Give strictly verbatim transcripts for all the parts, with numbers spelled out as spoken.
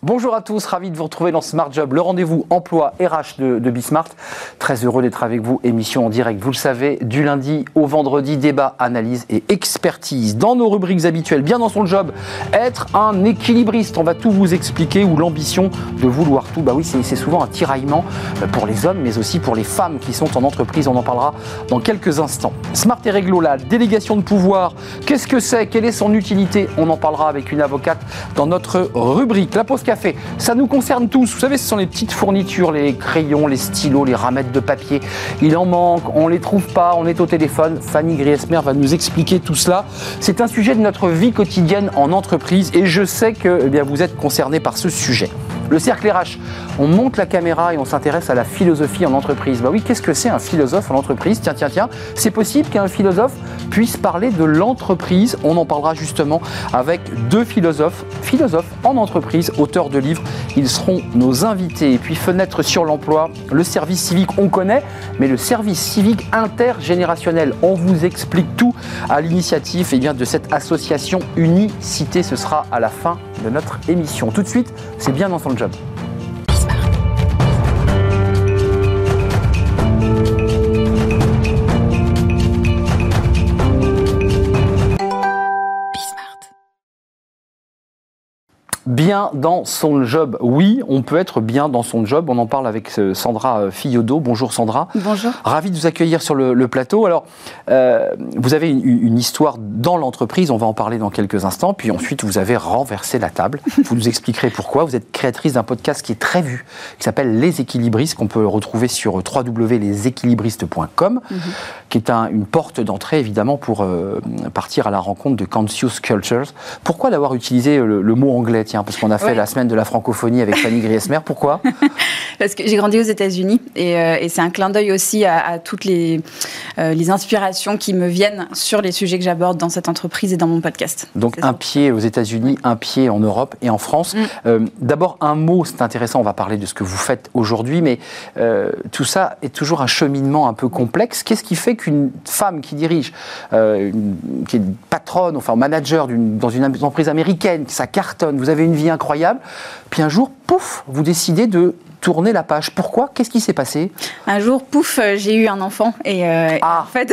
Bonjour à tous, ravi de vous retrouver dans Smart Job, le rendez-vous emploi R H de, de Bismart. Très heureux d'être avec vous, émission en direct, vous le savez, du lundi au vendredi, débat, analyse et expertise. Dans nos rubriques habituelles, bien dans son job, être un équilibriste. On va tout vous expliquer, ou l'ambition de vouloir tout. Bah oui, c'est, c'est souvent un tiraillement pour les hommes, mais aussi pour les femmes qui sont en entreprise. On en parlera dans quelques instants. Smart et Réglo, la délégation de pouvoir, qu'est-ce que c'est? Quelle est son utilité? On en parlera avec une avocate dans notre rubrique. La pause café, ça nous concerne tous. Vous savez, ce sont les petites fournitures, les crayons, les stylos, les ramettes de papier. Il en manque, on ne les trouve pas, on est au téléphone. Fanny Griesmer va nous expliquer tout cela. C'est un sujet de notre vie quotidienne en entreprise et je sais que eh bien, vous êtes concernés par ce sujet. Le cercle R H, on monte la caméra et on s'intéresse à la philosophie en entreprise. Bah oui, qu'est-ce que c'est un philosophe en entreprise? Tiens, tiens, tiens, c'est possible qu'un philosophe puisse parler de l'entreprise. On en parlera justement avec deux philosophes, philosophes en entreprise, auteurs de livres. Ils seront nos invités. Et puis, fenêtre sur l'emploi, le service civique, on connaît, mais le service civique intergénérationnel, on vous explique tout à l'initiative eh bien, de cette association Unicité. Ce sera à la fin de notre émission. Tout de suite, c'est bien dans son job. Bien dans son job, oui, on peut être bien dans son job. On en parle avec Sandra Fillaudo. Bonjour Sandra. Bonjour. Ravi de vous accueillir sur le, le plateau. Alors, euh, vous avez une, une histoire dans l'entreprise, on va en parler dans quelques instants. Puis ensuite, vous avez renversé la table. Vous nous expliquerez pourquoi. Vous êtes créatrice d'un podcast qui est très vu, qui s'appelle Les Équilibristes, qu'on peut retrouver sur w w w point les équilibristes point com, mm-hmm. qui est un, une porte d'entrée, évidemment, pour euh, partir à la rencontre de Conscious Cultures. Pourquoi d'avoir utilisé le, le mot anglais, tiens? Parce qu'on a fait ouais. la semaine de la francophonie avec Fanny Griesmer. Pourquoi? Parce que j'ai grandi aux États-Unis et, euh, et c'est un clin d'œil aussi à, à toutes les, euh, les inspirations qui me viennent sur les sujets que j'aborde dans cette entreprise et dans mon podcast. Donc c'est un ça. Pied aux États-Unis, oui. un pied en Europe et en France. Mm. Euh, d'abord, un mot, c'est intéressant, on va parler de ce que vous faites aujourd'hui, mais euh, tout ça est toujours un cheminement un peu complexe. Qu'est-ce qui fait qu'une femme qui dirige, euh, une, qui est patronne, enfin manager d'une, dans une entreprise américaine, ça cartonne, vous avez une vie incroyable, puis un jour, pouf, vous décidez de tourner la page. Pourquoi? Qu'est-ce qui s'est passé? Un jour, pouf, j'ai eu un enfant et euh, ah. en fait...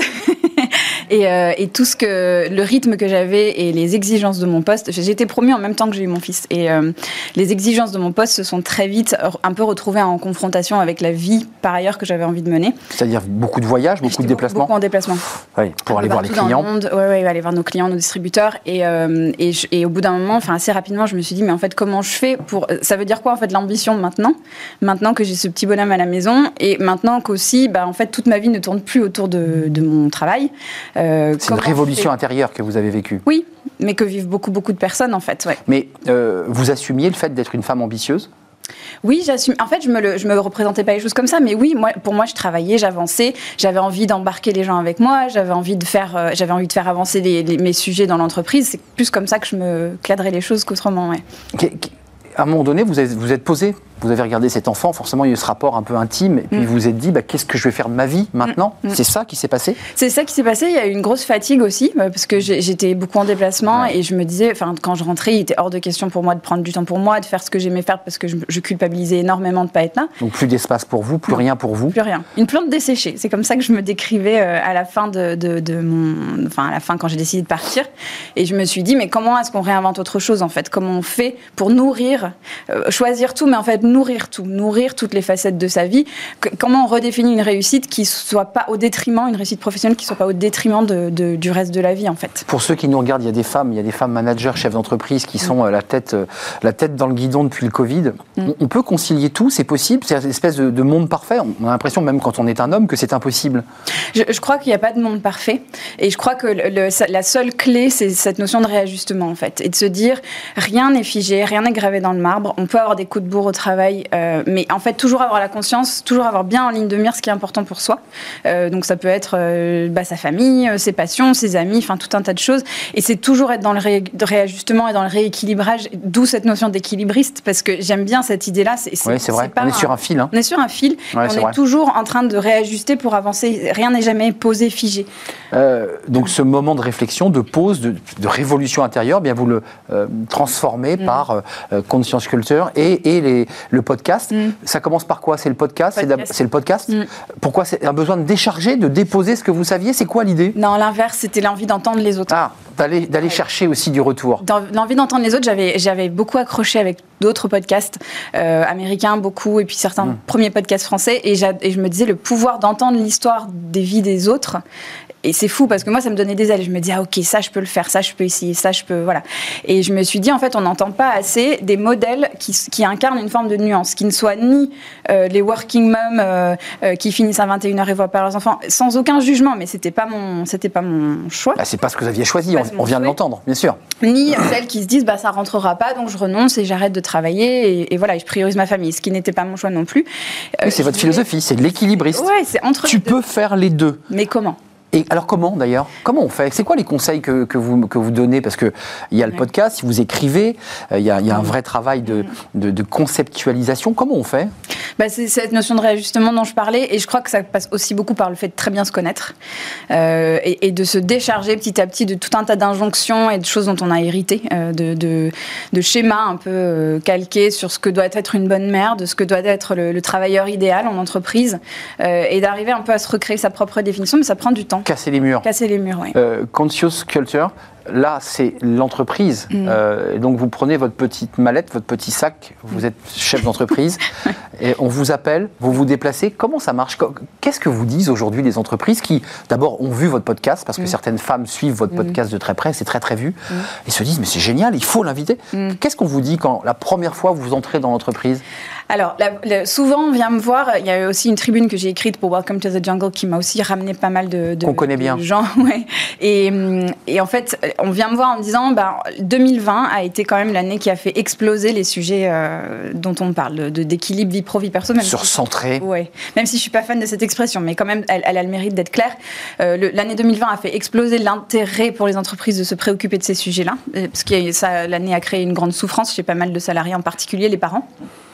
Et, euh, et tout ce que le rythme que j'avais et les exigences de mon poste, j'ai été promue en même temps que j'ai eu mon fils. Et euh, les exigences de mon poste se sont très vite un peu retrouvées en confrontation avec la vie par ailleurs que j'avais envie de mener. C'est-à-dire beaucoup de voyages, beaucoup J'étais de déplacements. Beaucoup en déplacement. Oui, pour aller voir les clients. Oui, ouais, aller voir nos clients, nos distributeurs. Et, euh, et, je, et au bout d'un moment, enfin assez rapidement, je me suis dit, mais en fait, comment je fais pour... Ça veut dire quoi en fait l'ambition maintenant? Maintenant que j'ai ce petit bonhomme à la maison et maintenant qu'aussi, bah, en fait, toute ma vie ne tourne plus autour de, de mon travail. Euh, c'est une révolution intérieure que vous avez vécue. Oui, mais que vivent beaucoup, beaucoup de personnes, en fait. Ouais. Mais euh, vous assumiez le fait d'être une femme ambitieuse? Oui, j'assume. En fait, je me le, je me représentais pas les choses comme ça, mais oui, moi, pour moi, je travaillais, j'avançais, j'avais envie d'embarquer les gens avec moi, j'avais envie de faire, euh, j'avais envie de faire avancer les, les, mes sujets dans l'entreprise. C'est plus comme ça que je me cadrais les choses qu'autrement, ouais. Qu- qu- à un moment donné, vous êtes, vous êtes posé. Vous avez regardé cet enfant, forcément il y a eu ce rapport un peu intime, et puis mmh. vous vous êtes dit, bah, qu'est-ce que je vais faire de ma vie maintenant? mmh. C'est ça qui s'est passé? C'est ça qui s'est passé, il y a eu une grosse fatigue aussi, parce que j'étais beaucoup en déplacement, ouais. et je me disais, quand je rentrais, il était hors de question pour moi de prendre du temps pour moi, de faire ce que j'aimais faire, parce que je, je culpabilisais énormément de ne pas être là. Donc plus d'espace pour vous, plus non. rien pour vous? Plus rien. Une plante desséchée, c'est comme ça que je me décrivais à la fin de, de, de mon... Enfin, à la fin quand j'ai décidé de partir, et je me suis dit, mais comment est-ce qu'on réinvente autre chose en fait? Comment on fait pour nourrir, euh, choisir tout, mais en fait nourrir tout, nourrir toutes les facettes de sa vie. Comment on redéfinit une réussite qui soit pas au détriment, une réussite professionnelle qui soit pas au détriment de, de, du reste de la vie en fait. Pour ceux qui nous regardent, il y a des femmes, il y a des femmes managers, chefs d'entreprise qui sont mmh. la tête, la tête dans le guidon depuis le Covid. Mmh. On, on peut concilier tout, c'est possible, c'est une espèce de, de monde parfait. On a l'impression même quand on est un homme que c'est impossible. Je, je crois qu'il n'y a pas de monde parfait et je crois que le, le, la seule clé c'est cette notion de réajustement en fait et de se dire rien n'est figé, rien n'est gravé dans le marbre. On peut avoir des coups de bourre au travail, euh, mais en fait toujours avoir la conscience, toujours avoir bien en ligne de mire ce qui est important pour soi. Euh, donc ça peut être euh, bah, sa famille, ses passions, ses amis, enfin tout un tas de choses. Et c'est toujours être dans le ré- réajustement et dans le rééquilibrage, d'où cette notion d'équilibriste, parce que j'aime bien cette idée-là. C'est, c'est, oui, c'est vrai. C'est pas on est sur un fil. Hein. On est sur un fil. Ouais, on c'est est vrai. toujours en train de réajuster pour avancer. Rien n'est jamais posé, figé. Euh, donc ce moment de réflexion, de pause, de, de révolution intérieure, bien vous le euh, transformez mmh. par euh, Conscious Culture et, et les, le podcast. Mmh. Ça commence par quoi? C'est le podcast, podcast. C'est le podcast. Mmh. Pourquoi c'est un besoin de décharger, de déposer ce que vous saviez? C'est quoi l'idée? Non, l'inverse, c'était l'envie d'entendre les autres. Ah, d'aller, d'aller ouais. chercher aussi du retour. Dans, l'envie d'entendre les autres, j'avais, j'avais beaucoup accroché avec d'autres podcasts euh, américains, beaucoup, et puis certains mmh. premiers podcasts français, et, et je me disais le pouvoir d'entendre l'histoire des vies des autres. Et c'est fou parce que moi, ça me donnait des ailes. Je me disais, ah, ok, ça, je peux le faire, ça, je peux essayer, ça, je peux. Voilà. Et je me suis dit, en fait, on n'entend pas assez des modèles qui, qui incarnent une forme de nuance, qui ne soient ni euh, les working moms euh, euh, qui finissent à vingt et une heures et voient pas leurs enfants, sans aucun jugement, mais c'était pas mon, c'était pas mon choix. Bah, c'est pas ce que vous aviez choisi, on, on vient de l'entendre, bien sûr. Ni celles qui se disent, bah, ça rentrera pas, donc je renonce et j'arrête de travailler, et, et voilà, et je priorise ma famille, ce qui n'était pas mon choix non plus. Euh, c'est votre philosophie, c'est de l'équilibriste. Ouais, c'est entre tu les peux deux. Faire les deux. Mais comment? Et alors comment d'ailleurs? Comment on fait? C'est quoi les conseils que, que, vous, que vous donnez? Parce qu'il y a le podcast, si vous écrivez, il y a, y a un vrai travail de, de, de conceptualisation. Comment on fait? Bah, c'est cette notion de réajustement dont je parlais, et je crois que ça passe aussi beaucoup par le fait de très bien se connaître euh, et, et de se décharger petit à petit de tout un tas d'injonctions et de choses dont on a hérité, euh, de, de, de schémas un peu euh, calqués sur ce que doit être une bonne mère, de ce que doit être le, le travailleur idéal en entreprise, euh, et d'arriver un peu à se recréer sa propre définition, mais ça prend du temps. Casser les murs. Casser les murs, oui. Euh, Conscious Culture, là, c'est l'entreprise. Mmh. Euh, donc, vous prenez votre petite mallette, votre petit sac, vous êtes chef d'entreprise, et on vous appelle, vous vous déplacez. Comment ça marche? Qu'est-ce que vous disent aujourd'hui les entreprises qui, d'abord, ont vu votre podcast, parce que mmh. certaines femmes suivent votre podcast mmh. de très près, c'est très, très vu, mmh. et se disent, mais c'est génial, il faut l'inviter. Mmh. Qu'est-ce qu'on vous dit quand, la première fois, vous entrez dans l'entreprise? Alors, la, la, souvent, on vient me voir. Il y a aussi une tribune que j'ai écrite pour Welcome to the Jungle qui m'a aussi ramené pas mal de, de, qu'on connaît de bien. gens. Ouais. Et, et en fait, on vient me voir en me disant bah, deux mille vingt a été quand même l'année qui a fait exploser les sujets euh, dont on parle, de, d'équilibre vie pro, vie perso. Même Surcentré. Si, ouais. Même si je ne suis pas fan de cette expression, mais quand même, elle, elle a le mérite d'être claire. Euh, le, l'année deux mille vingt a fait exploser l'intérêt pour les entreprises de se préoccuper de ces sujets-là. Parce que ça, l'année a créé une grande souffrance chez pas mal de salariés, en particulier les parents.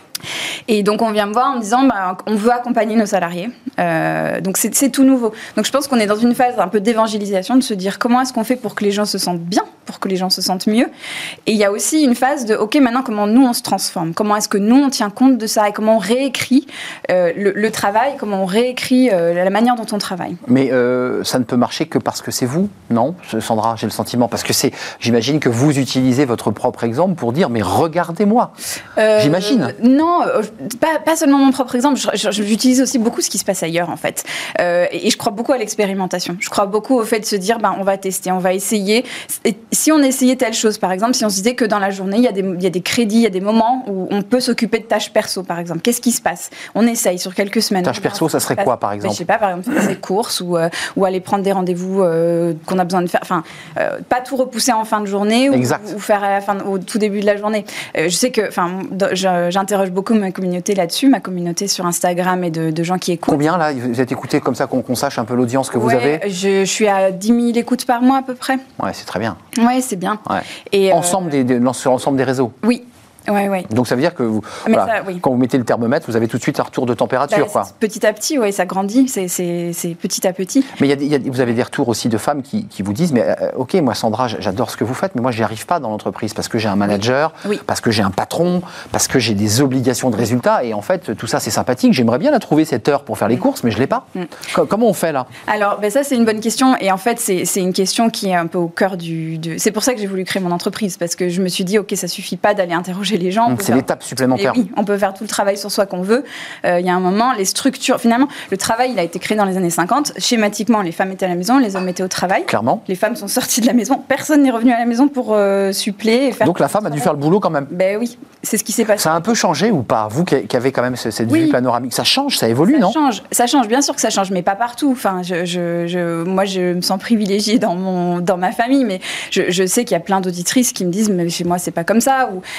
Et donc on vient me voir en me disant bah, on veut accompagner nos salariés, euh, donc c'est, c'est tout nouveau. Donc je pense qu'on est dans une phase un peu d'évangélisation, de se dire comment est-ce qu'on fait pour que les gens se sentent bien, pour que les gens se sentent mieux. Et il y a aussi une phase de ok, maintenant comment nous on se transforme, comment est-ce que nous on tient compte de ça et comment on réécrit euh, le, le travail, comment on réécrit euh, la manière dont on travaille. Mais euh, ça ne peut marcher que parce que c'est vous, non Sandra, j'ai le sentiment, parce que c'est, j'imagine que vous utilisez votre propre exemple pour dire mais regardez-moi, euh, j'imagine. Non. Pas, pas seulement mon propre exemple, je, je, j'utilise aussi beaucoup ce qui se passe ailleurs en fait. Euh, et, et je crois beaucoup à l'expérimentation. Je crois beaucoup au fait de se dire, ben, on va tester, on va essayer. Et si on essayait telle chose, par exemple, si on se disait que dans la journée, il y a des, il y a des crédits, il y a des moments où on peut s'occuper de tâches perso, par exemple. Qu'est-ce qui se passe? On essaye sur quelques semaines. Tâches perso, ça serait quoi, par exemple? Ben, je sais pas, par exemple, faire des courses ou, euh, ou aller prendre des rendez-vous euh, qu'on a besoin de faire. Enfin, euh, pas tout repousser en fin de journée ou, ou faire à la fin, au tout début de la journée. Euh, je sais que, enfin, j'interroge beaucoup ma communauté là-dessus, ma communauté sur Instagram et de, de gens qui écoutent. Combien là, vous êtes écouté comme ça qu'on, qu'on sache un peu l'audience que ouais, vous avez? je, je suis à dix mille écoutes par mois à peu près. Ouais, c'est très bien. Ouais, c'est bien. Ouais. Et ensemble euh... des, de, sur l'ensemble des réseaux. Oui. Ouais, ouais. Donc ça veut dire que vous, voilà, ça, oui. quand vous mettez le thermomètre, vous avez tout de suite un retour de température. Bah, quoi. Petit à petit, oui, ça grandit, c'est, c'est, c'est petit à petit. Mais y a, y a, vous avez des retours aussi de femmes qui, qui vous disent, mais euh, ok, moi Sandra, j'adore ce que vous faites, mais moi j'y arrive pas dans l'entreprise parce que j'ai un manager, oui. parce que j'ai un patron, parce que j'ai des obligations de résultats, et en fait tout ça c'est sympathique, j'aimerais bien la trouver cette heure pour faire les courses, mais je l'ai pas. Mm. Comment on fait là? Alors ben, ça c'est une bonne question, et en fait c'est, c'est une question qui est un peu au cœur du... De... C'est pour ça que j'ai voulu créer mon entreprise, parce que je me suis dit, ok, ça suffit pas d'aller interroger les gens. Mm, c'est l'étape supplémentaire. Et oui, on peut faire tout le travail sur soi qu'on veut. Euh, il y a un moment, les structures... Finalement, le travail, il a été créé dans les années cinquante. Schématiquement, les femmes étaient à la maison, les hommes étaient au travail. Clairement. Les femmes sont sorties de la maison. Personne n'est revenu à la maison pour euh, suppléer et faire... Donc la femme a dû faire le boulot quand même. Ben oui, c'est ce qui s'est passé. Ça a un peu changé ou pas? Vous qui avez quand même cette oui. vue panoramique, ça change, ça évolue, ça non? Ça change, ça change, bien sûr que ça change, mais pas partout. Enfin, je, je, je, moi, je me sens privilégiée dans, mon, dans ma famille, mais je, je sais qu'il y a plein d'auditrices qui me disent, mais chez moi, c'est pas comme ça. Ou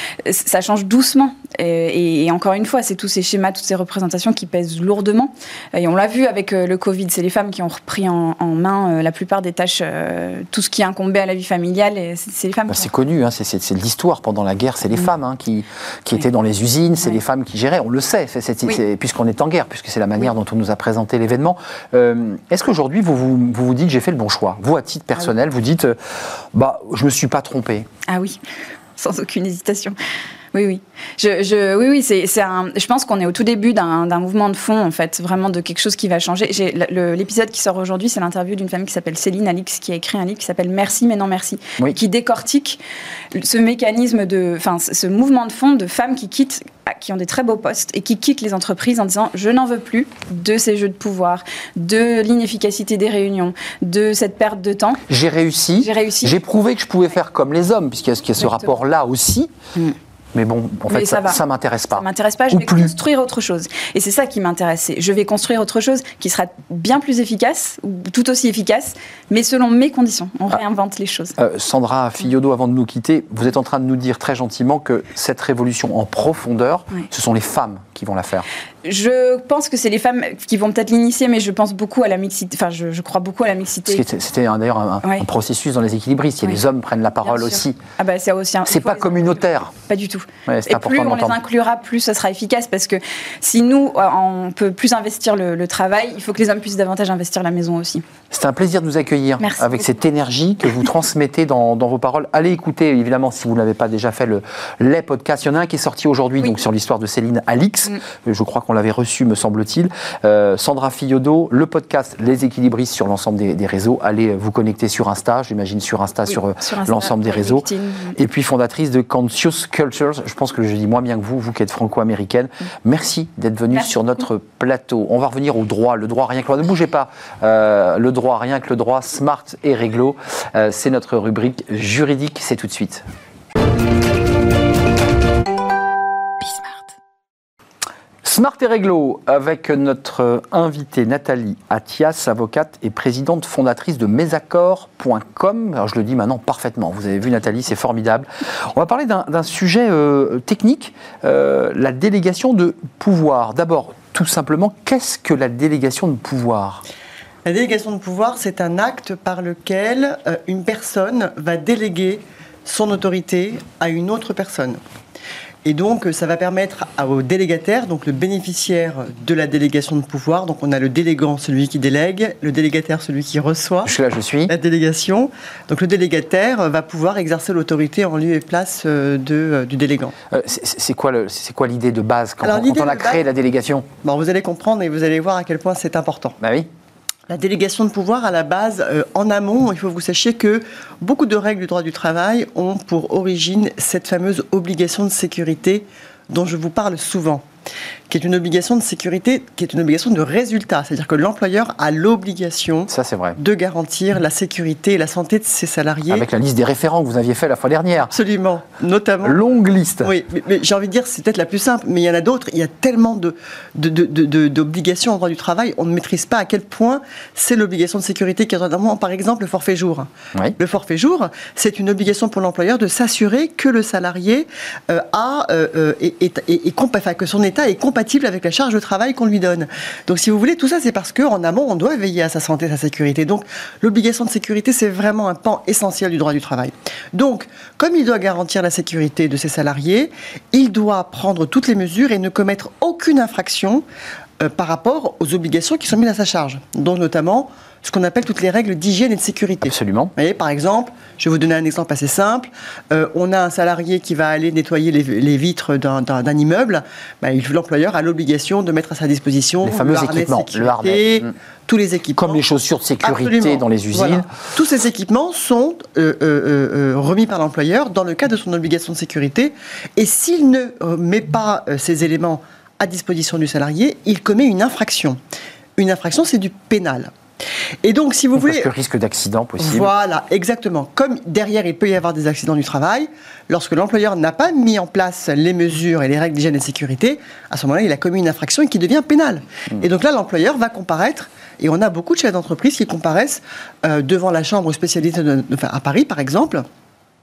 ça change doucement. Et, et encore une fois, c'est tous ces schémas, toutes ces représentations qui pèsent lourdement. Et on l'a vu avec le Covid, c'est les femmes qui ont repris en, en main la plupart des tâches, euh, tout ce qui incombait à la vie familiale, et c'est, c'est les femmes. Ben, c'est connu, hein, c'est, c'est, c'est l'histoire pendant la guerre, c'est les mmh. femmes hein, qui, qui oui. étaient dans les usines, c'est oui. les femmes qui géraient, on le sait, c'est, c'est, oui. c'est, puisqu'on est en guerre, puisque c'est la manière oui. dont on nous a présenté l'événement. Euh, est-ce qu'aujourd'hui, vous vous, vous vous dites, j'ai fait le bon choix? Vous, à titre personnel, ah oui. vous dites, euh, bah, je ne me suis pas trompée. Ah oui, sans aucune hésitation. Oui, oui. Je, je, oui, oui, c'est, c'est un, je pense qu'on est au tout début d'un, d'un mouvement de fond, en fait, vraiment de quelque chose qui va changer. J'ai, le, l'épisode qui sort aujourd'hui, c'est l'interview d'une femme qui s'appelle Céline Alix, qui a écrit un livre qui s'appelle Merci, mais non merci, oui. qui décortique ce mécanisme de, enfin, ce mouvement de fond de femmes qui quittent, qui ont des très beaux postes et qui quittent les entreprises en disant je n'en veux plus de ces jeux de pouvoir, de l'inefficacité des réunions, de cette perte de temps. J'ai réussi, j'ai réussi, j'ai prouvé que je pouvais faire comme les hommes, puisqu'il y a, qu'il y a ce Exactement. rapport-là aussi. Mm. Mais bon, en fait, Mais ça, ça, ça m'intéresse pas. Ça m'intéresse pas, je Ou vais plus. construire autre chose. Et c'est ça qui m'intéresse. Je vais construire autre chose qui sera bien plus efficace, ou tout aussi efficace, mais selon mes conditions. On ah. réinvente les choses. Euh, Sandra Fiodo, avant de nous quitter, vous êtes en train de nous dire très gentiment que cette révolution en profondeur, oui. ce sont les femmes qui vont la faire. Je pense que c'est les femmes qui vont peut-être l'initier, mais je pense beaucoup à la mixité. Enfin, je, je crois beaucoup à la mixité. C'était, c'était d'ailleurs un, ouais. un processus dans les équilibristes. Oui. Les hommes prennent la parole aussi. Ah bah, c'est aussi un, c'est pas communautaire. Pas du tout. Ouais, c'est Et plus on les inclura, plus ça sera efficace. Parce que si nous, on peut plus investir le, le travail, il faut que les hommes puissent davantage investir la maison aussi. C'est un plaisir de vous accueillir. Merci avec beaucoup. Cette énergie que vous transmettez dans, dans vos paroles. Allez écouter, évidemment, si vous ne l'avez pas déjà fait, le, les podcasts. Il y en a un qui est sorti aujourd'hui oui. donc, sur l'histoire de Céline Alix. Mm. Je crois qu'on l'avait reçu, me semble-t-il. Euh, Sandra Fiodo, le podcast Les Équilibristes sur l'ensemble des, des réseaux. Allez vous connecter sur Insta, j'imagine sur Insta, oui, sur, sur Insta, l'ensemble des réseaux. LinkedIn. Et puis fondatrice de Conscious Cultures. Je pense que je dis moins bien que vous, vous qui êtes franco-américaine. Mm. Merci d'être venue Merci sur notre beaucoup. plateau. On va revenir au droit. Le droit, rien que le droit. Ne bougez pas. Euh, le droit, rien que le droit. Smart et réglo. Euh, c'est notre rubrique juridique. C'est tout de suite. Smart et réglo avec notre invitée Nathalie Attias, avocate et présidente fondatrice de mesaccords point com. Alors je le dis maintenant parfaitement, vous avez vu Nathalie, c'est formidable. On va parler d'un, d'un sujet euh, technique, euh, la délégation de pouvoir. D'abord, tout simplement, qu'est-ce que la délégation de pouvoir ? La délégation de pouvoir, c'est un acte par lequel euh, une personne va déléguer son autorité à une autre personne. Et donc, ça va permettre au délégataire, donc le bénéficiaire de la délégation de pouvoir, donc on a le délégant, celui qui délègue, le délégataire, celui qui reçoit je suis là, je suis. la délégation. Donc le délégataire va pouvoir exercer l'autorité en lieu et place de, euh, du délégant. Euh, c'est, c'est, quoi le, c'est quoi l'idée de base quand, Alors, on, quand on a créé base, la délégation ? Bon, vous allez comprendre et vous allez voir à quel point c'est important. Bah oui. La délégation de pouvoir, à la base, euh, en amont, il faut que vous sachiez que beaucoup de règles du droit du travail ont pour origine cette fameuse obligation de sécurité dont je vous parle souvent, qui est une obligation de sécurité, qui est une obligation de résultat. C'est-à-dire que l'employeur a l'obligation Ça, c'est vrai. de garantir la sécurité et la santé de ses salariés. Avec la liste des référents que vous aviez fait la fois dernière. Absolument, notamment. Longue liste. Oui, mais, mais j'ai envie de dire, c'est peut-être la plus simple, mais il y en a d'autres. Il y a tellement de, de, de, de, de, d'obligations en droit du travail, on ne maîtrise pas à quel point c'est l'obligation de sécurité qui est notamment, par exemple, le forfait jour. Oui. Le forfait jour, c'est une obligation pour l'employeur de s'assurer que le salarié euh, a, euh, est, est, est, est compa- enfin, que son état est compatible avec la charge de travail qu'on lui donne. Donc, si vous voulez, tout ça, c'est parce qu'en amont, on doit veiller à sa santé, à sa sécurité. Donc, l'obligation de sécurité, c'est vraiment un pan essentiel du droit du travail. Donc, comme il doit garantir la sécurité de ses salariés, il doit prendre toutes les mesures et ne commettre aucune infraction euh, par rapport aux obligations qui sont mises à sa charge. Donc, notamment, ce qu'on appelle toutes les règles d'hygiène et de sécurité. Absolument. Vous voyez, par exemple, je vais vous donner un exemple assez simple. Euh, on a un salarié qui va aller nettoyer les, les vitres d'un, d'un, d'un immeuble. Ben, l'employeur a l'obligation de mettre à sa disposition les fameux le harnais équipements, de sécurité, le harnais. Tous les équipements. Comme les chaussures de sécurité Absolument. Dans les usines. Voilà. Tous ces équipements sont euh, euh, euh, remis par l'employeur dans le cadre de son obligation de sécurité. Et s'il ne euh, met pas euh, ces éléments à disposition du salarié, il commet une infraction. Une infraction, c'est du pénal. Et donc, si vous Parce voulez... Parce que risque d'accident possible. Voilà, exactement. Comme derrière, il peut y avoir des accidents du travail, lorsque l'employeur n'a pas mis en place les mesures et les règles d'hygiène et de sécurité, à ce moment-là, il a commis une infraction qui devient pénale. Mmh. Et donc là, l'employeur va comparaître, et on a beaucoup de chefs d'entreprise qui comparaissent euh, devant la chambre spécialisée de, de, enfin, à Paris, par exemple,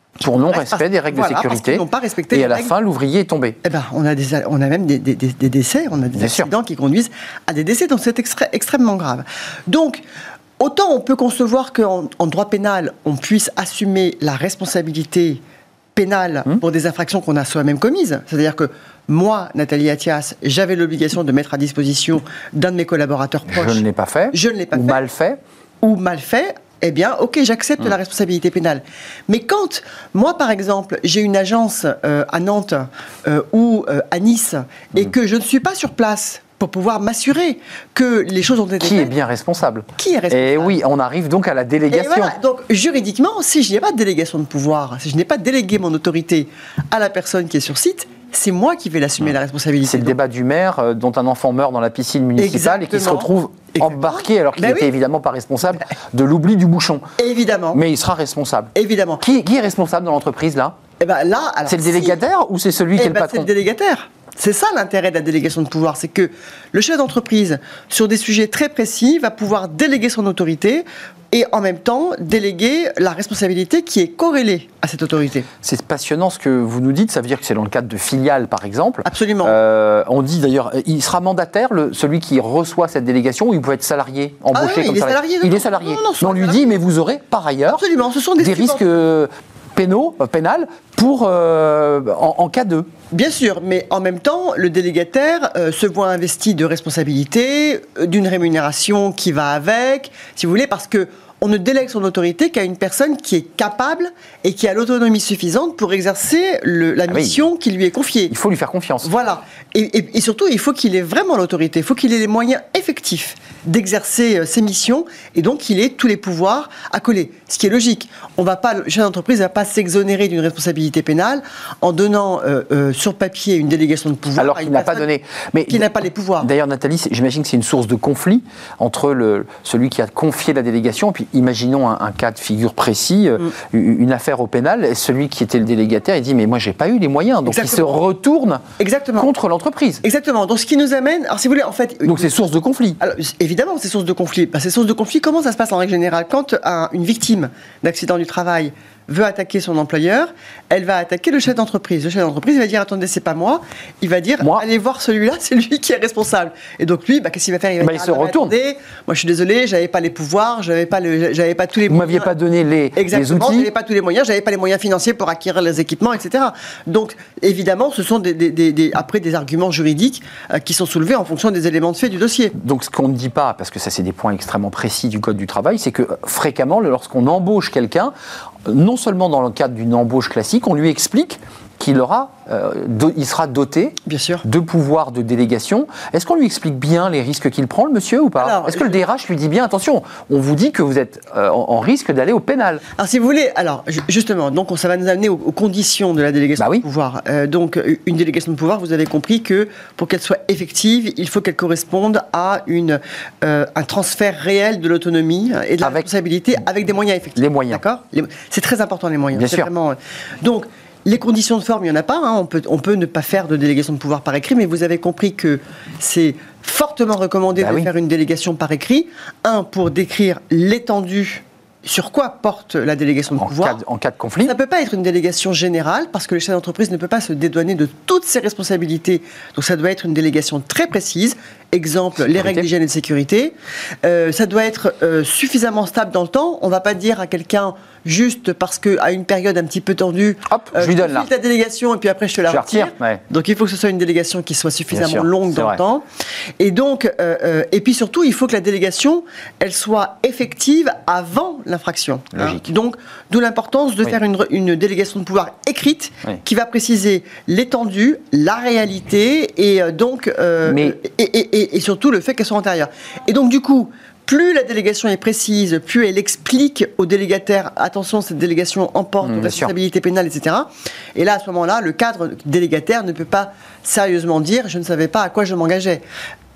Pour non-respect des règles voilà, de sécurité. Parce n'ont pas respecté et les à la règles. fin, l'ouvrier est tombé. Eh ben, on a, des, on a même des, des, des décès, on a des Bien accidents sûr. qui conduisent à des décès, donc c'est extré- extrêmement grave. Donc, autant on peut concevoir qu'en en droit pénal, on puisse assumer la responsabilité pénale mmh. pour des infractions qu'on a soi-même commises. C'est-à-dire que moi, Nathalie Attias, j'avais l'obligation de mettre à disposition d'un de mes collaborateurs proches. Je ne l'ai pas fait. Je ne l'ai pas ou fait. mal fait. Ou mal fait. Eh bien, ok, j'accepte mmh. la responsabilité pénale. Mais quand, moi, par exemple, j'ai une agence euh, à Nantes euh, ou euh, à Nice et mmh. que je ne suis pas sur place pour pouvoir m'assurer que les choses ont été Qui faites... est bien responsable? Qui est responsable? Et oui, on arrive donc à la délégation. Et voilà, donc, juridiquement, si je n'ai pas de délégation de pouvoir, si je n'ai pas délégué mon autorité à la personne qui est sur site, c'est moi qui vais l'assumer, mmh. la responsabilité. C'est le débat du maire euh, dont un enfant meurt dans la piscine municipale. Exactement. Et qui se retrouve Exactement. embarqué alors qu'il n'était ben oui. évidemment pas responsable de l'oubli du bouchon. Évidemment. Mais il sera responsable. Évidemment. Qui, qui est responsable dans l'entreprise là? Eh ben là, alors, c'est le délégataire si... ou c'est celui eh qui est ben le patron? C'est le délégataire. C'est ça l'intérêt de la délégation de pouvoir, c'est que le chef d'entreprise, sur des sujets très précis, va pouvoir déléguer son autorité et en même temps déléguer la responsabilité qui est corrélée à cette autorité. C'est passionnant ce que vous nous dites, ça veut dire que c'est dans le cadre de filiales par exemple. Absolument. Euh, on dit d'ailleurs, il sera mandataire, le, celui qui reçoit cette délégation, ou il peut être salarié, embauché ah oui, comme il salarié. Est salarié il est salarié. Non, non, non, on lui dit, mais vous aurez par ailleurs Absolument. Ce sont des, des risques euh, pénaux, euh, pénals pour, euh, en, en cas de... Bien sûr, mais en même temps, le délégataire euh, se voit investi de responsabilités, euh, d'une rémunération qui va avec, si vous voulez, parce que on ne délègue son autorité qu'à une personne qui est capable et qui a l'autonomie suffisante pour exercer le, la ah mission oui. qui lui est confiée. Il faut lui faire confiance. Voilà. Et, et, et surtout, il faut qu'il ait vraiment l'autorité. Il faut qu'il ait les moyens effectifs d'exercer euh, ses missions et donc qu'il ait tous les pouvoirs à coller. Ce qui est logique. On va pas, le chef d'entreprise ne va pas s'exonérer d'une responsabilité pénale en donnant euh, euh, sur papier une délégation de pouvoir. Alors qu'il n'a pas donné. Mais qui n'a pas les pouvoirs. D'ailleurs, Nathalie, j'imagine que c'est une source de conflit entre le, celui qui a confié la délégation et puis imaginons un, un cas de figure précis, mm. une affaire au pénal, celui qui était le délégataire, il dit mais moi j'ai pas eu les moyens, donc Exactement. il se retourne Exactement. contre l'entreprise. Exactement. Donc ce qui nous amène, alors si vous voulez, en fait, donc c'est source de conflit. Alors, évidemment, c'est source de conflit. Ben, c'est source de conflit. Comment ça se passe en règle générale? Quand un, une victime d'accident du travail veut attaquer son employeur, elle va attaquer le chef d'entreprise. Le chef d'entreprise va dire attendez, c'est pas moi. Il va dire moi. allez voir celui-là, c'est lui qui est responsable. Et donc lui, bah, qu'est-ce qu'il va faire? Il va bah, dire il se retourne. Attendez, moi je suis désolé, j'avais pas les pouvoirs, j'avais pas le, j'avais pas tous les. Vous moyens. m'aviez pas donné les, Exactement, les outils. J'avais pas tous les moyens, j'avais pas les moyens financiers pour acquérir les équipements, et cetera. Donc évidemment, ce sont des, des, des, des après des arguments juridiques euh, qui sont soulevés en fonction des éléments de fait du dossier. Donc ce qu'on ne dit pas, parce que ça c'est des points extrêmement précis du code du travail, c'est que fréquemment, lorsqu'on embauche quelqu'un, non seulement dans le cadre d'une embauche classique, on lui explique qu'il aura, euh, do, il sera doté bien sûr. de pouvoirs de délégation. Est-ce qu'on lui explique bien les risques qu'il prend, le monsieur, ou pas? Alors, Est-ce que le D R H lui dit bien, attention, on vous dit que vous êtes euh, en, en risque d'aller au pénal? Alors, si vous voulez, alors, justement, donc ça va nous amener aux, aux conditions de la délégation bah oui. de pouvoir. Euh, donc, une délégation de pouvoir, vous avez compris que pour qu'elle soit effective, il faut qu'elle corresponde à une, euh, un transfert réel de l'autonomie et de la avec responsabilité avec des moyens effectifs. Les moyens. D'accord. C'est très important, les moyens. Bien sûr. Vraiment, donc, les conditions de forme, il n'y en a pas. Hein. On peut, on peut ne pas faire de délégation de pouvoir par écrit, mais vous avez compris que c'est fortement recommandé bah de oui. faire une délégation par écrit. Un, pour décrire l'étendue sur quoi porte la délégation de en pouvoir. Cas de, en cas de conflit. Ça ne peut pas être une délégation générale, parce que le chef d'entreprise ne peut pas se dédouaner de toutes ses responsabilités. Donc ça doit être une délégation très précise. Exemple, sécurité. Les règles d'hygiène et de sécurité. Euh, ça doit être euh, suffisamment stable dans le temps. On ne va pas dire à quelqu'un, juste parce qu'à une période un petit peu tendue, hop, je lui donne là. ta délégation et puis après je te la je retire. retire ouais. Donc il faut que ce soit une délégation qui soit suffisamment sûr, longue dans vrai. le temps. Et donc, euh, euh, et puis surtout, il faut que la délégation, elle soit effective avant l'infraction. Logique. Hein. Donc, d'où l'importance de oui. faire une, une délégation de pouvoir écrite oui. qui va préciser l'étendue, la réalité et euh, donc euh, Mais... et, et, et, et surtout le fait qu'elle soit antérieure. Et donc du coup, plus la délégation est précise, plus elle explique au délégataire, attention, cette délégation emporte mmh, responsabilité pénale, et cetera. Et là, à ce moment-là, le cadre délégataire ne peut pas sérieusement dire, je ne savais pas à quoi je m'engageais.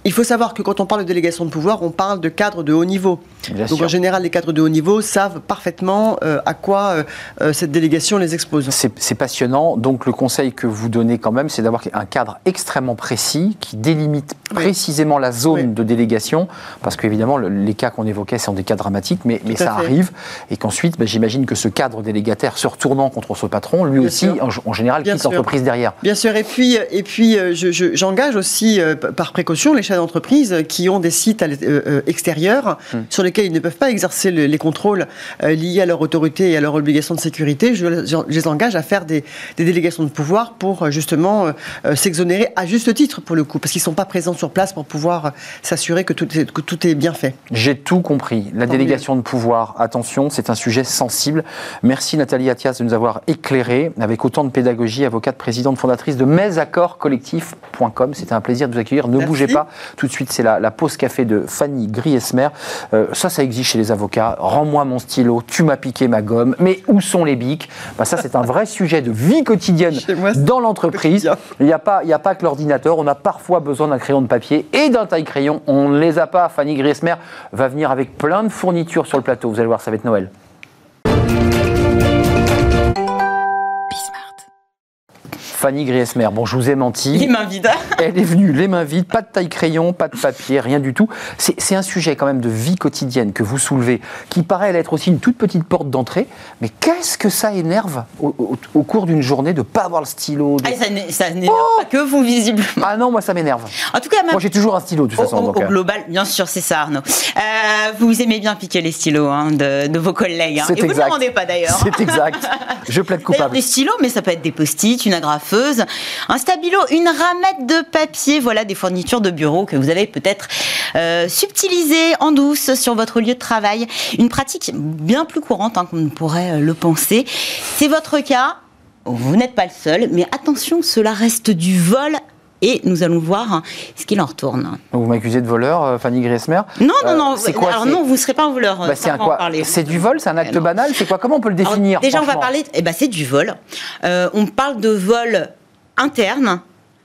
Il faut savoir que quand on parle de délégation de pouvoir, on parle de cadres de haut niveau. Bien Donc sûr. en général, les cadres de haut niveau savent parfaitement euh, à quoi euh, cette délégation les expose. C'est, c'est passionnant. Donc le conseil que vous donnez quand même, c'est d'avoir un cadre extrêmement précis qui délimite Oui. précisément la zone Oui. de délégation, parce qu'évidemment le- les cas qu'on évoquait sont des cas dramatiques, mais, mais Tout à ça fait. arrive, et qu'ensuite bah, j'imagine que ce cadre délégataire se retournant contre ce patron, lui Bien aussi sûr. en, en général Bien quitte sûr. l'entreprise derrière. Bien sûr, et puis, et puis euh, je, je, j'engage aussi euh, p- par précaution les chefs d'entreprise qui ont des sites à l'e- euh, euh, extérieurs Hmm. sur lesquels ils ne peuvent pas exercer le- les contrôles euh, liés à leur autorité et à leur obligation de sécurité. Je, je les engage à faire des, des délégations de pouvoir pour euh, justement euh, euh, s'exonérer à juste titre pour le coup, parce qu'ils ne sont pas présents sur place pour pouvoir euh, s'assurer que tout est, que tout est bien fait. J'ai tout compris. La Tant délégation de pouvoir, attention, c'est un sujet sensible. Merci Nathalie Attias de nous avoir éclairé avec autant de pédagogie, avocate, présidente fondatrice de mes accords collectifs point com. C'était un plaisir de vous accueillir. Ne Merci. bougez pas. Tout de suite, c'est la, la pause café de Fanny Griesmer. Euh, ça, ça existe chez les avocats. Rends-moi mon stylo, tu m'as piqué ma gomme. Mais où sont les bics? Bah, ça, c'est un vrai sujet de vie quotidienne Chez moi, c'est dans l'entreprise. quotidien. Il n'y a pas, il n'y a pas que l'ordinateur. On a parfois besoin d'un crayon de papier et d'un taille-crayon. On ne les a pas. Fanny Griesmer va venir avec plein de fournitures sur le plateau. Vous allez voir, ça va être Noël. Fanny Griesmer, bon, je vous ai menti. Les mains vides. Elle est venue les mains vides, pas de taille-crayon, pas de papier, rien du tout. C'est, c'est un sujet quand même de vie quotidienne que vous soulevez, qui paraît être aussi une toute petite porte d'entrée. Mais qu'est-ce que ça énerve au, au- au cours d'une journée de ne pas avoir le stylo de- Ah, ça n'est- ça n'énerve Oh pas que vous, visiblement. Ah non, moi ça m'énerve. En tout cas, même Moi j'ai toujours un stylo de toute au, façon. au- donc, au euh, global, bien sûr, c'est ça, Arnaud. Euh, vous aimez bien piquer les stylos hein, de, de vos collègues. hein. C'est Et vous ne exact. le rendez pas d'ailleurs. C'est exact. Je plaide D'ailleurs, coupable. des stylos, mais ça peut être des post-it, une agrafeuse, un stabilo, une ramette de papier. Voilà des fournitures de bureau que vous avez peut-être euh, subtilisées en douce sur votre lieu de travail. Une pratique bien plus courante hein, qu'on ne pourrait euh, le penser. C'est votre cas. Vous n'êtes pas le seul, mais attention, cela reste du vol. Et nous allons voir hein, ce qu'il en retourne. Donc, vous m'accusez de voleur, euh, Fanny Griesmer. Non, non, Euh, non. c'est quoi, Alors c'est- non, vous ne serez pas un voleur. Bah, c'est ça, un on va en quoi parler. C'est du vol, c'est un acte non. banal, c'est quoi? Comment on peut le Alors, définir? déjà, on va franchement parler. Eh ben, c'est du vol. Euh, on parle de vol interne.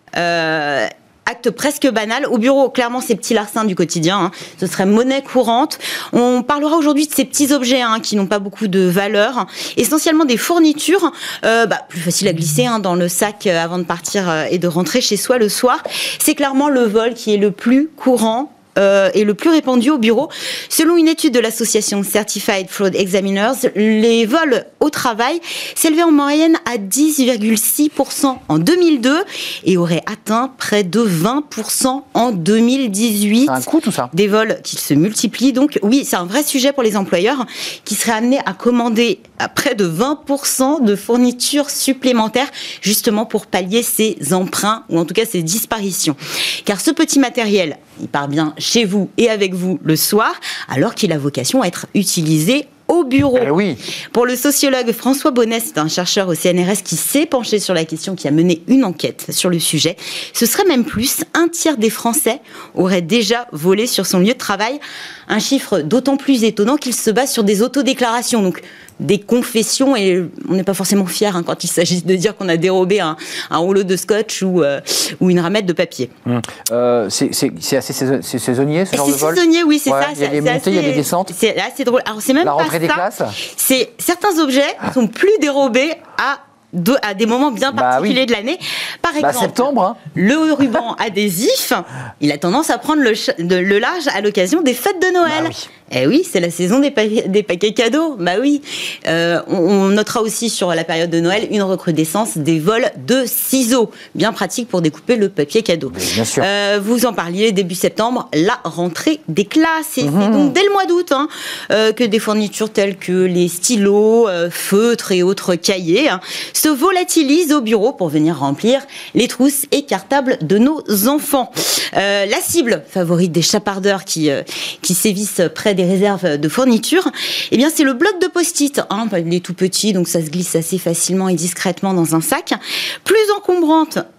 Euh, acte presque banal. Au bureau, clairement, ces petits larcins du quotidien, hein, ce serait monnaie courante. On parlera aujourd'hui de ces petits objets hein, qui n'ont pas beaucoup de valeur, essentiellement des fournitures, euh, bah, plus facile à glisser hein, dans le sac euh, avant de partir euh, et de rentrer chez soi le soir. C'est clairement le vol qui est le plus courant euh, et le plus répandu au bureau. Selon une étude de l'association Certified Fraud Examiners, les vols au travail s'élevaient en moyenne à dix virgule six pour cent en deux mille deux et auraient atteint près de vingt pour cent en deux mille dix-huit. C'est un coup tout ça. Des vols qui se multiplient. Donc oui, c'est un vrai sujet pour les employeurs qui seraient amenés à commander à près de vingt pour cent de fournitures supplémentaires justement pour pallier ces emprunts ou en tout cas ces disparitions. Car ce petit matériel, il part bien chez vous et avec vous le soir alors qu'il a vocation à être utilisé au bureau. Eh oui. Pour le sociologue François Bonnet, c'est un chercheur au C N R S qui s'est penché sur la question, qui a mené une enquête sur le sujet. Ce serait même plus, un tiers des Français auraient déjà volé sur son lieu de travail. Un chiffre d'autant plus étonnant qu'il se base sur des autodéclarations, donc des confessions, et on n'est pas forcément fier hein, quand il s'agit de dire qu'on a dérobé un, un rouleau de scotch ou, euh, ou une ramette de papier. Hum. Euh, c'est, c'est, c'est assez saison- c'est saisonnier ce Et genre de c'est vol. saisonnier, oui, c'est Ouais, ça. il y a c'est- des c'est montées, il y a assez- des descentes. C'est assez drôle. Alors, c'est même La pas rentrée des ça. classes. C'est certains objets sont plus dérobés à de- à des moments bien Bah particuliers oui. de l'année. Par Bah, exemple, septembre, hein. le ruban adhésif, il a tendance à prendre le, ch- de- le large à l'occasion des fêtes de Noël. Bah oui. Eh oui, c'est la saison des, pa- des paquets cadeaux. Bah oui. Euh, on, on notera aussi sur la période de Noël une recrudescence des vols de ciseaux, bien pratique pour découper le papier cadeau. Mais bien sûr. Euh, vous en parliez début septembre, la rentrée des classes. Et Mhm. c'est donc dès le mois d'août hein, euh, que des fournitures telles que les stylos, euh, feutres et autres cahiers hein, se volatilisent au bureau pour venir remplir les trousses et cartables de nos enfants. Euh, la cible favorite des chapardeurs qui, euh, qui sévissent près des réserves de fournitures, eh bien c'est le bloc de post-it. Hein, il est tout petit, donc ça se glisse assez facilement et discrètement dans un sac. Plus encombrante,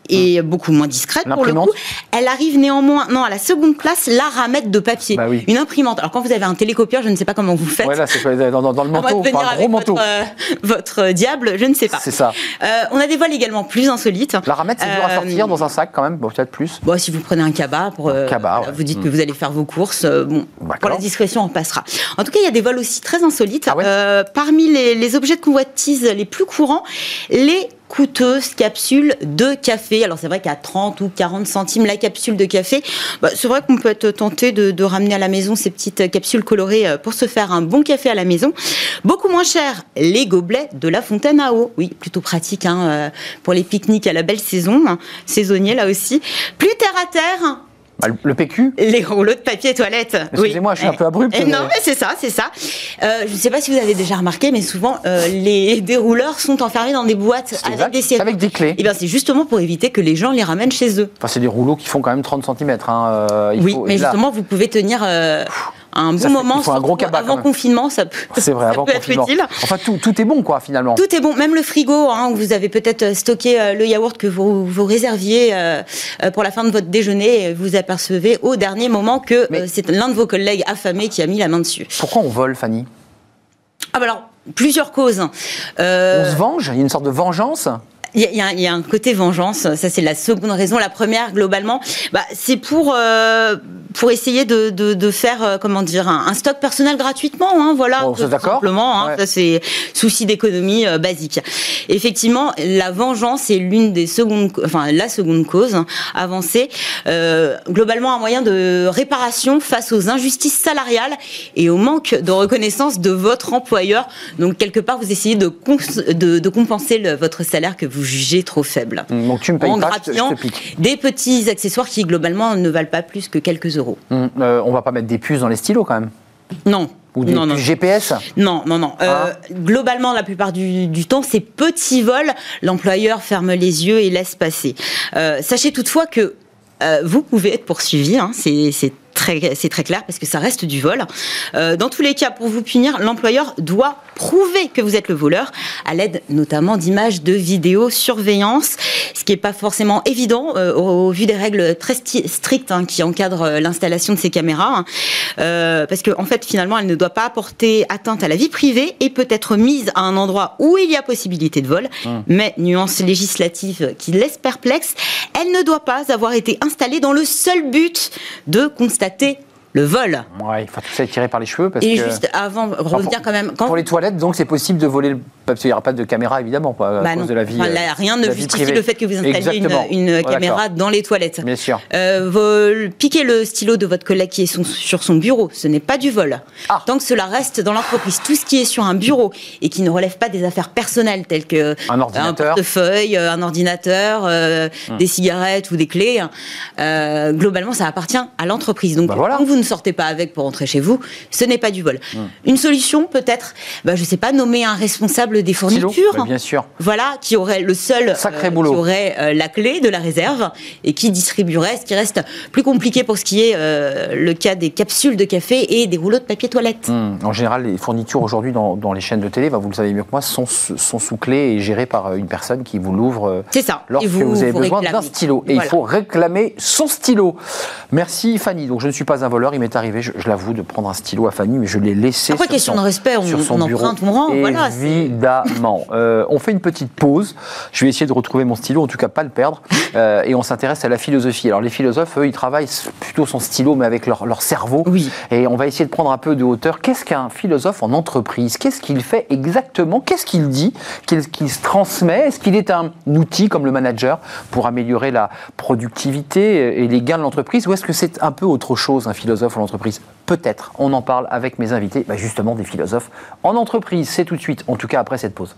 est beaucoup moins discrète pour le coup. Elle arrive néanmoins, non, à la seconde place, la ramette de papier. Bah oui. Une imprimante. Alors quand vous avez un télécopieur, je ne sais pas comment vous faites. Ouais, là, c'est dans, dans, dans le manteau, enfin, un gros manteau. Votre, euh, votre diable, je ne sais pas. C'est ça. Euh, on a des voiles également plus insolites. La ramette, c'est dur à sortir euh, dans un sac quand même, bon, peut-être plus. Bon, si vous prenez un cabas, pour, euh, cabas, voilà, ouais. vous dites mmh. que vous allez faire vos courses, euh, bon, D'accord. pour la discrétion, on passera. En tout cas, il y a des voiles aussi très insolites. Ah ouais euh, parmi les, les objets de convoitise les plus courants, les coûteuses capsules de café. Alors c'est vrai qu'à trente ou quarante centimes la capsule de café, bah, c'est vrai qu'on peut être tenté de, de ramener à la maison ces petites capsules colorées pour se faire un bon café à la maison. Beaucoup moins cher, les gobelets de la fontaine à eau. Oui, plutôt pratique hein, pour les pique-niques à la belle saison, hein, saisonnier là aussi. Plus terre à terre. Bah, le P Q. Les rouleaux de papier toilette. Excusez-moi, oui. je suis un peu abrupte. Mais... Mais... Non, mais c'est ça, c'est ça. Euh, je ne sais pas si vous avez déjà remarqué, mais souvent, euh, les dérouleurs sont enfermés dans des boîtes c'est avec exact, des serrures. Avec des clés. Et bien, c'est justement pour éviter que les gens les ramènent chez eux. Enfin, c'est des rouleaux qui font quand même trente centimètres. Hein. Euh, il oui, faut... mais là... justement, vous pouvez tenir euh, un bon fait, moment. Il faut un gros cabas, avant confinement, ça peut, c'est vrai, ça avant peut confinement. être utile. Enfin, tout, tout est bon, quoi, finalement. Tout est bon, même le frigo, hein, où vous avez peut-être stocké euh, le yaourt que vous, vous réserviez euh, euh, pour la fin de votre déjeuner, et vous apercevez au dernier moment que mais... euh, c'est l'un de vos collègues affamés qui a mis la main dessus. Pourquoi on vole, Fanny ? Ah bah alors, plusieurs causes. Euh... On se venge ? Il y a une sorte de vengeance ? Il y, y, y a un côté vengeance, ça c'est la seconde raison. La première, globalement, bah, c'est pour euh, pour essayer de, de, de faire euh, comment dire un, un stock personnel gratuitement, hein, voilà, bon, tout d'accord. simplement. Hein, ouais. Ça c'est souci d'économie euh, basique. Effectivement, la vengeance est l'une des secondes, enfin la seconde cause hein, avancée. Euh, globalement, un moyen de réparation face aux injustices salariales et au manque de reconnaissance de votre employeur. Donc quelque part, vous essayez de cons- de, de compenser le, votre salaire que vous jugez trop faible. Donc tu me payes en pas, je te, je te pique. Des petits accessoires qui globalement ne valent pas plus que quelques euros. Mmh, euh, on va pas mettre des puces dans les stylos quand même. Non. Ou des non, puces non. G P S. Non, non, non. Ah. Euh, globalement, la plupart du, du temps, ces petits vols, l'employeur ferme les yeux et laisse passer. Euh, sachez toutefois que euh, vous pouvez être poursuivi. Hein, c'est, c'est Très, c'est très clair parce que ça reste du vol. Euh, dans tous les cas, pour vous punir, l'employeur doit prouver que vous êtes le voleur à l'aide notamment d'images de vidéosurveillance, ce qui n'est pas forcément évident euh, au, au vu des règles très sti- strictes hein, qui encadrent l'installation de ces caméras. Hein, euh, parce qu'en en fait, finalement, elle ne doit pas apporter atteinte à la vie privée et peut être mise à un endroit où il y a possibilité de vol. Mmh. Mais, nuance législative qui laisse perplexe, elle ne doit pas avoir été installée dans le seul but de constater le vol. Ouais, il faut tout ça être tiré par les cheveux. Parce et que... juste avant, revenir pour, quand même... Quand... Pour les toilettes, donc c'est possible de voler le... Parce qu'il n'y aura pas de caméra, évidemment, quoi, à bah cause non. de la vie enfin, là, rien ne justifie le fait que vous installiez une, une ouais, caméra d'accord. dans les toilettes. Bien sûr. Euh, vous piquez le stylo de votre collègue qui est son, sur son bureau, ce n'est pas du vol. Ah. Tant que cela reste dans l'entreprise, tout ce qui est sur un bureau et qui ne relève pas des affaires personnelles telles que un, ordinateur. un portefeuille, un ordinateur, euh, hum. des cigarettes ou des clés, euh, globalement, ça appartient à l'entreprise. Donc, bah voilà. Quand vous ne sortez pas avec pour rentrer chez vous, ce n'est pas du vol. Hum. Une solution, peut-être, bah, je ne sais pas, nommer un responsable des fournitures. Bah, bien sûr. Voilà, qui aurait le seul, Sacré euh, boulot. qui aurait euh, la clé de la réserve et qui distribuerait, ce qui reste plus compliqué pour ce qui est euh, le cas des capsules de café et des rouleaux de papier toilette. Mmh. En général, les fournitures aujourd'hui dans, dans les chaînes de télé, bah, vous le savez mieux que moi, sont, sont sous clé et gérées par une personne qui vous l'ouvre. C'est ça. Lorsque et vous, vous avez vous besoin réclamez. d'un stylo. Et voilà. il faut réclamer son stylo. Merci Fanny. Donc je ne suis pas un voleur. Il m'est arrivé, je, je l'avoue, de prendre un stylo à Fanny, mais je l'ai laissé. Après, sur question son, de respect, on, sur son on bureau. emprunte, on rend. Voilà, évidemment. euh, on fait une petite pause. Je vais essayer de retrouver mon stylo, en tout cas pas le perdre. Euh, et on s'intéresse à la philosophie. Alors les philosophes, eux, ils travaillent plutôt son stylo, mais avec leur, leur cerveau. Oui. Et on va essayer de prendre un peu de hauteur. Qu'est-ce qu'un philosophe en entreprise ? Qu'est-ce qu'il fait exactement ? Qu'est-ce qu'il dit ? Qu'est-ce qu'il se transmet ? Est-ce qu'il est un outil comme le manager pour améliorer la productivité et les gains de l'entreprise ? Ou est-ce que c'est un peu autre chose, un philosophe en entreprise ? Peut-être. On en parle avec mes invités, bah justement des philosophes en entreprise. C'est tout de suite, en tout cas après cette pause.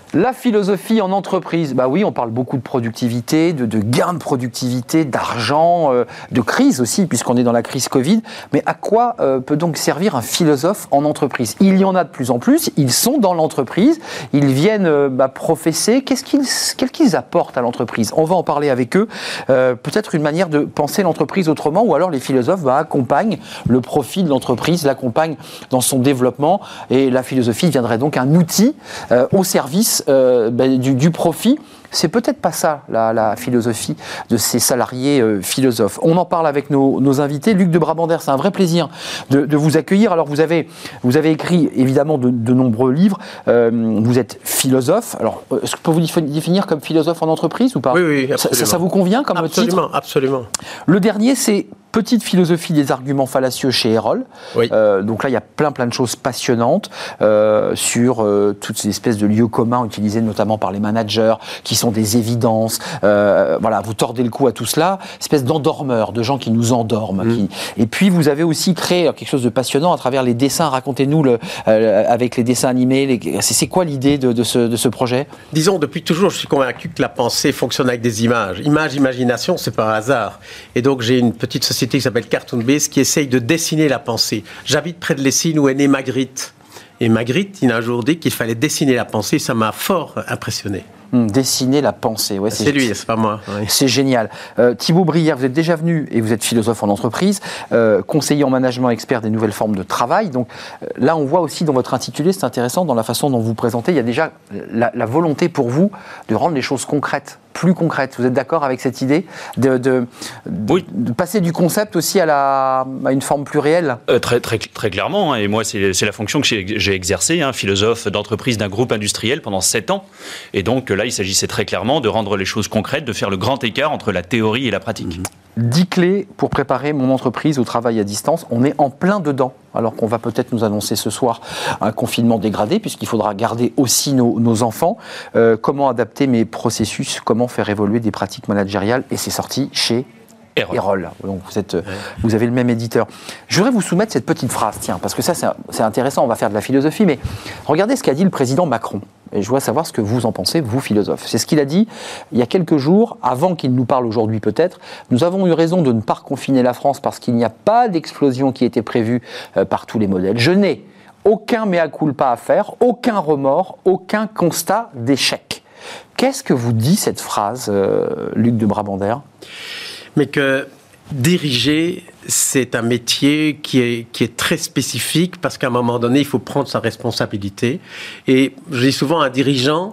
La philosophie en entreprise, bah oui, on parle beaucoup de productivité, de, de gains de productivité, d'argent, euh, de crise aussi, puisqu'on est dans la crise Covid. Mais à quoi euh, peut donc servir un philosophe en entreprise ? Il y en a de plus en plus, ils sont dans l'entreprise, ils viennent euh, bah, professer. Qu'est-ce qu'ils, qu'est-ce qu'ils apportent à l'entreprise ? On va en parler avec eux. Euh, peut-être une manière de penser l'entreprise autrement, ou alors les philosophes bah, accompagnent le profit de l'entreprise, l'accompagnent dans son développement. Et la philosophie deviendrait donc un outil euh, au service Euh, ben, du, du profit. C'est peut-être pas ça, la, la philosophie de ces salariés euh, philosophes. On en parle avec nos, nos invités. Luc de Brabander, c'est un vrai plaisir de, de vous accueillir. Alors, vous avez, vous avez écrit évidemment de, de nombreux livres. Euh, vous êtes philosophe. Alors, est-ce que je peux vous définir comme philosophe en entreprise ou pas ? Oui, oui, absolument. Ça, ça vous convient comme absolument, titre ? Absolument. Le dernier, c'est Petite philosophie des arguments fallacieux chez Erol. Oui. Euh, donc là, il y a plein plein de choses passionnantes euh, sur euh, toutes ces espèces de lieux communs utilisés notamment par les managers, qui sont des évidences. Euh, voilà, vous tordez le cou à tout cela, espèce d'endormeurs, de gens qui nous endorment. Mmh. Qui... Et puis vous avez aussi créé quelque chose de passionnant à travers les dessins. Racontez-nous le, euh, avec les dessins animés. Les... C'est, c'est quoi l'idée de, de, ce, de ce projet ? Disons, depuis toujours, je suis convaincu que la pensée fonctionne avec des images. Image, imagination, c'est pas un hasard. Et donc j'ai une petite société qui s'appelle Cartoon Base qui essaye de dessiner la pensée. J'habite près de Lessines où est née Magritte. Et Magritte, il a un jour dit qu'il fallait dessiner la pensée. Ça m'a fort impressionné. Hum, dessiner la pensée. Ouais, c'est, c'est lui, c'est pas moi. Oui. C'est génial. Euh, Thibaut Brière, vous êtes déjà venu et vous êtes philosophe en entreprise, euh, conseiller en management, expert des nouvelles formes de travail. Donc euh, là, on voit aussi dans votre intitulé, c'est intéressant, dans la façon dont vous présentez, il y a déjà la, la volonté pour vous de rendre les choses concrètes, plus concrètes. Vous êtes d'accord avec cette idée de, de, de, oui. de passer du concept aussi à, la, à une forme plus réelle ? euh, très, très, très clairement. Hein, et moi, c'est, c'est la fonction que j'ai, j'ai exercée, hein, philosophe d'entreprise d'un groupe industriel pendant sept ans. Et donc là, il s'agissait très clairement de rendre les choses concrètes, de faire le grand écart entre la théorie et la pratique. dix clés pour préparer mon entreprise au travail à distance. On est en plein dedans, alors qu'on va peut-être nous annoncer ce soir un confinement dégradé, puisqu'il faudra garder aussi nos, nos enfants. Euh, comment adapter mes processus, comment faire évoluer des pratiques managériales, et c'est sorti chez Erol. Erol. Donc vous, êtes, ouais. vous avez le même éditeur. Je voudrais vous soumettre cette petite phrase, tiens, parce que ça c'est, c'est intéressant, on va faire de la philosophie, mais regardez ce qu'a dit le président Macron. Et je voudrais savoir ce que vous en pensez, vous philosophes. C'est ce qu'il a dit il y a quelques jours, avant qu'il nous parle aujourd'hui peut-être. Nous avons eu raison de ne pas reconfiner la France parce qu'il n'y a pas d'explosion qui était prévue euh, par tous les modèles. Je n'ai aucun mea culpa à faire, aucun remords, aucun constat d'échec. Qu'est-ce que vous dit cette phrase, euh, Luc de Brabander ? Mais que diriger, c'est un métier qui est, qui est très spécifique parce qu'à un moment donné, il faut prendre sa responsabilité. Et je dis souvent, un dirigeant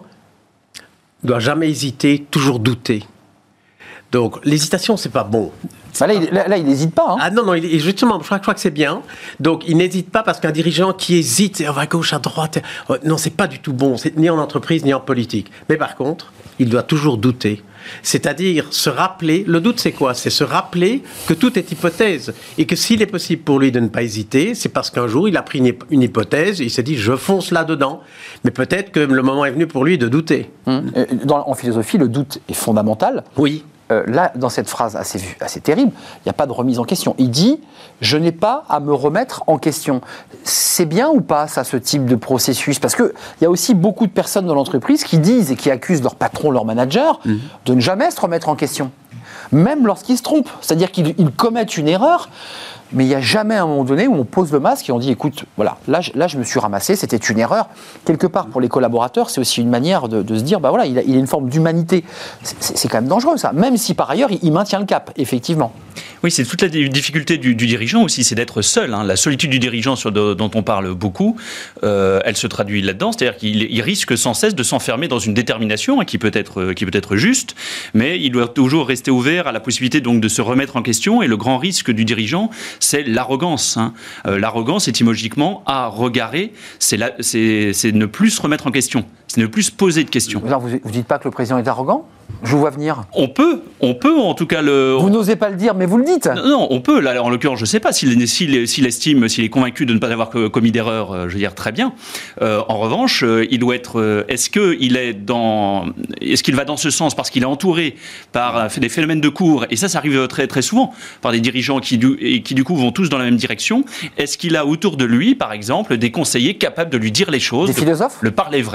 ne doit jamais hésiter, toujours douter. Donc, l'hésitation, c'est pas bon. Bah là, il, là, là, il n'hésite pas. Hein. Ah non, non, il, justement, je crois, je crois que c'est bien. Donc, il n'hésite pas parce qu'un dirigeant qui hésite, c'est à gauche, à droite, euh, non, c'est pas du tout bon. C'est ni en entreprise, ni en politique. Mais par contre, il doit toujours douter. C'est-à-dire se rappeler, le doute c'est quoi ? C'est se rappeler que tout est hypothèse et que s'il est possible pour lui de ne pas hésiter, c'est parce qu'un jour il a pris une, une hypothèse, et il s'est dit je fonce là-dedans, mais peut-être que le moment est venu pour lui de douter. Hum. Dans, en philosophie, le doute est fondamental. Oui. Euh, là, dans cette phrase assez, assez terrible, il n'y a pas de remise en question. Il dit « je n'ai pas à me remettre en question ». C'est bien ou pas, ça, ce type de processus ? Parce qu'il y a aussi beaucoup de personnes dans l'entreprise qui disent et qui accusent leur patron, leur manager, mmh. de ne jamais se remettre en question. Même lorsqu'ils se trompent. C'est-à-dire qu'ils ils commettent une erreur, mais il n'y a jamais un moment donné où on pose le masque et on dit « écoute, voilà, là, là je me suis ramassé, c'était une erreur ». Quelque part, pour les collaborateurs, c'est aussi une manière de, de se dire « bah voilà, il a, il a une forme d'humanité ». C'est, c'est quand même dangereux, ça. Même si, par ailleurs, il, il maintient le cap, effectivement. Oui, c'est toute la difficulté du, du dirigeant aussi, c'est d'être seul. Hein. La solitude du dirigeant sur de, dont on parle beaucoup, euh, elle se traduit là-dedans. C'est-à-dire qu'il il risque sans cesse de s'enfermer dans une détermination hein, qui, peut être, qui peut être juste, mais il doit toujours rester ouvert à la possibilité donc, de se remettre en question. Et le grand risque du dirigeant, c'est l'arrogance. Hein. Euh, l'arrogance, étymologiquement, à regarder, c'est, la, c'est, c'est ne plus se remettre en question. C'est ne plus se poser de questions. Alors, vous ne dites pas que le président est arrogant ? Je vous vois venir. On peut, on peut en tout cas le... Vous n'osez pas le dire, mais vous le dites. Non, non on peut. Là, en l'occurrence, je ne sais pas s'il, s'il, s'il estime, s'il est convaincu de ne pas avoir commis d'erreur, euh, je veux dire, très bien. Euh, en revanche, euh, il doit être... Euh, est-ce qu'il est dans... Est-ce qu'il va dans ce sens parce qu'il est entouré par euh, des phénomènes de cours, et ça, ça arrive très, très souvent, par des dirigeants qui du, et qui, du coup, vont tous dans la même direction. Est-ce qu'il a autour de lui, par exemple, des conseillers capables de lui dire les choses, des de philosophes le parler vrai. Hum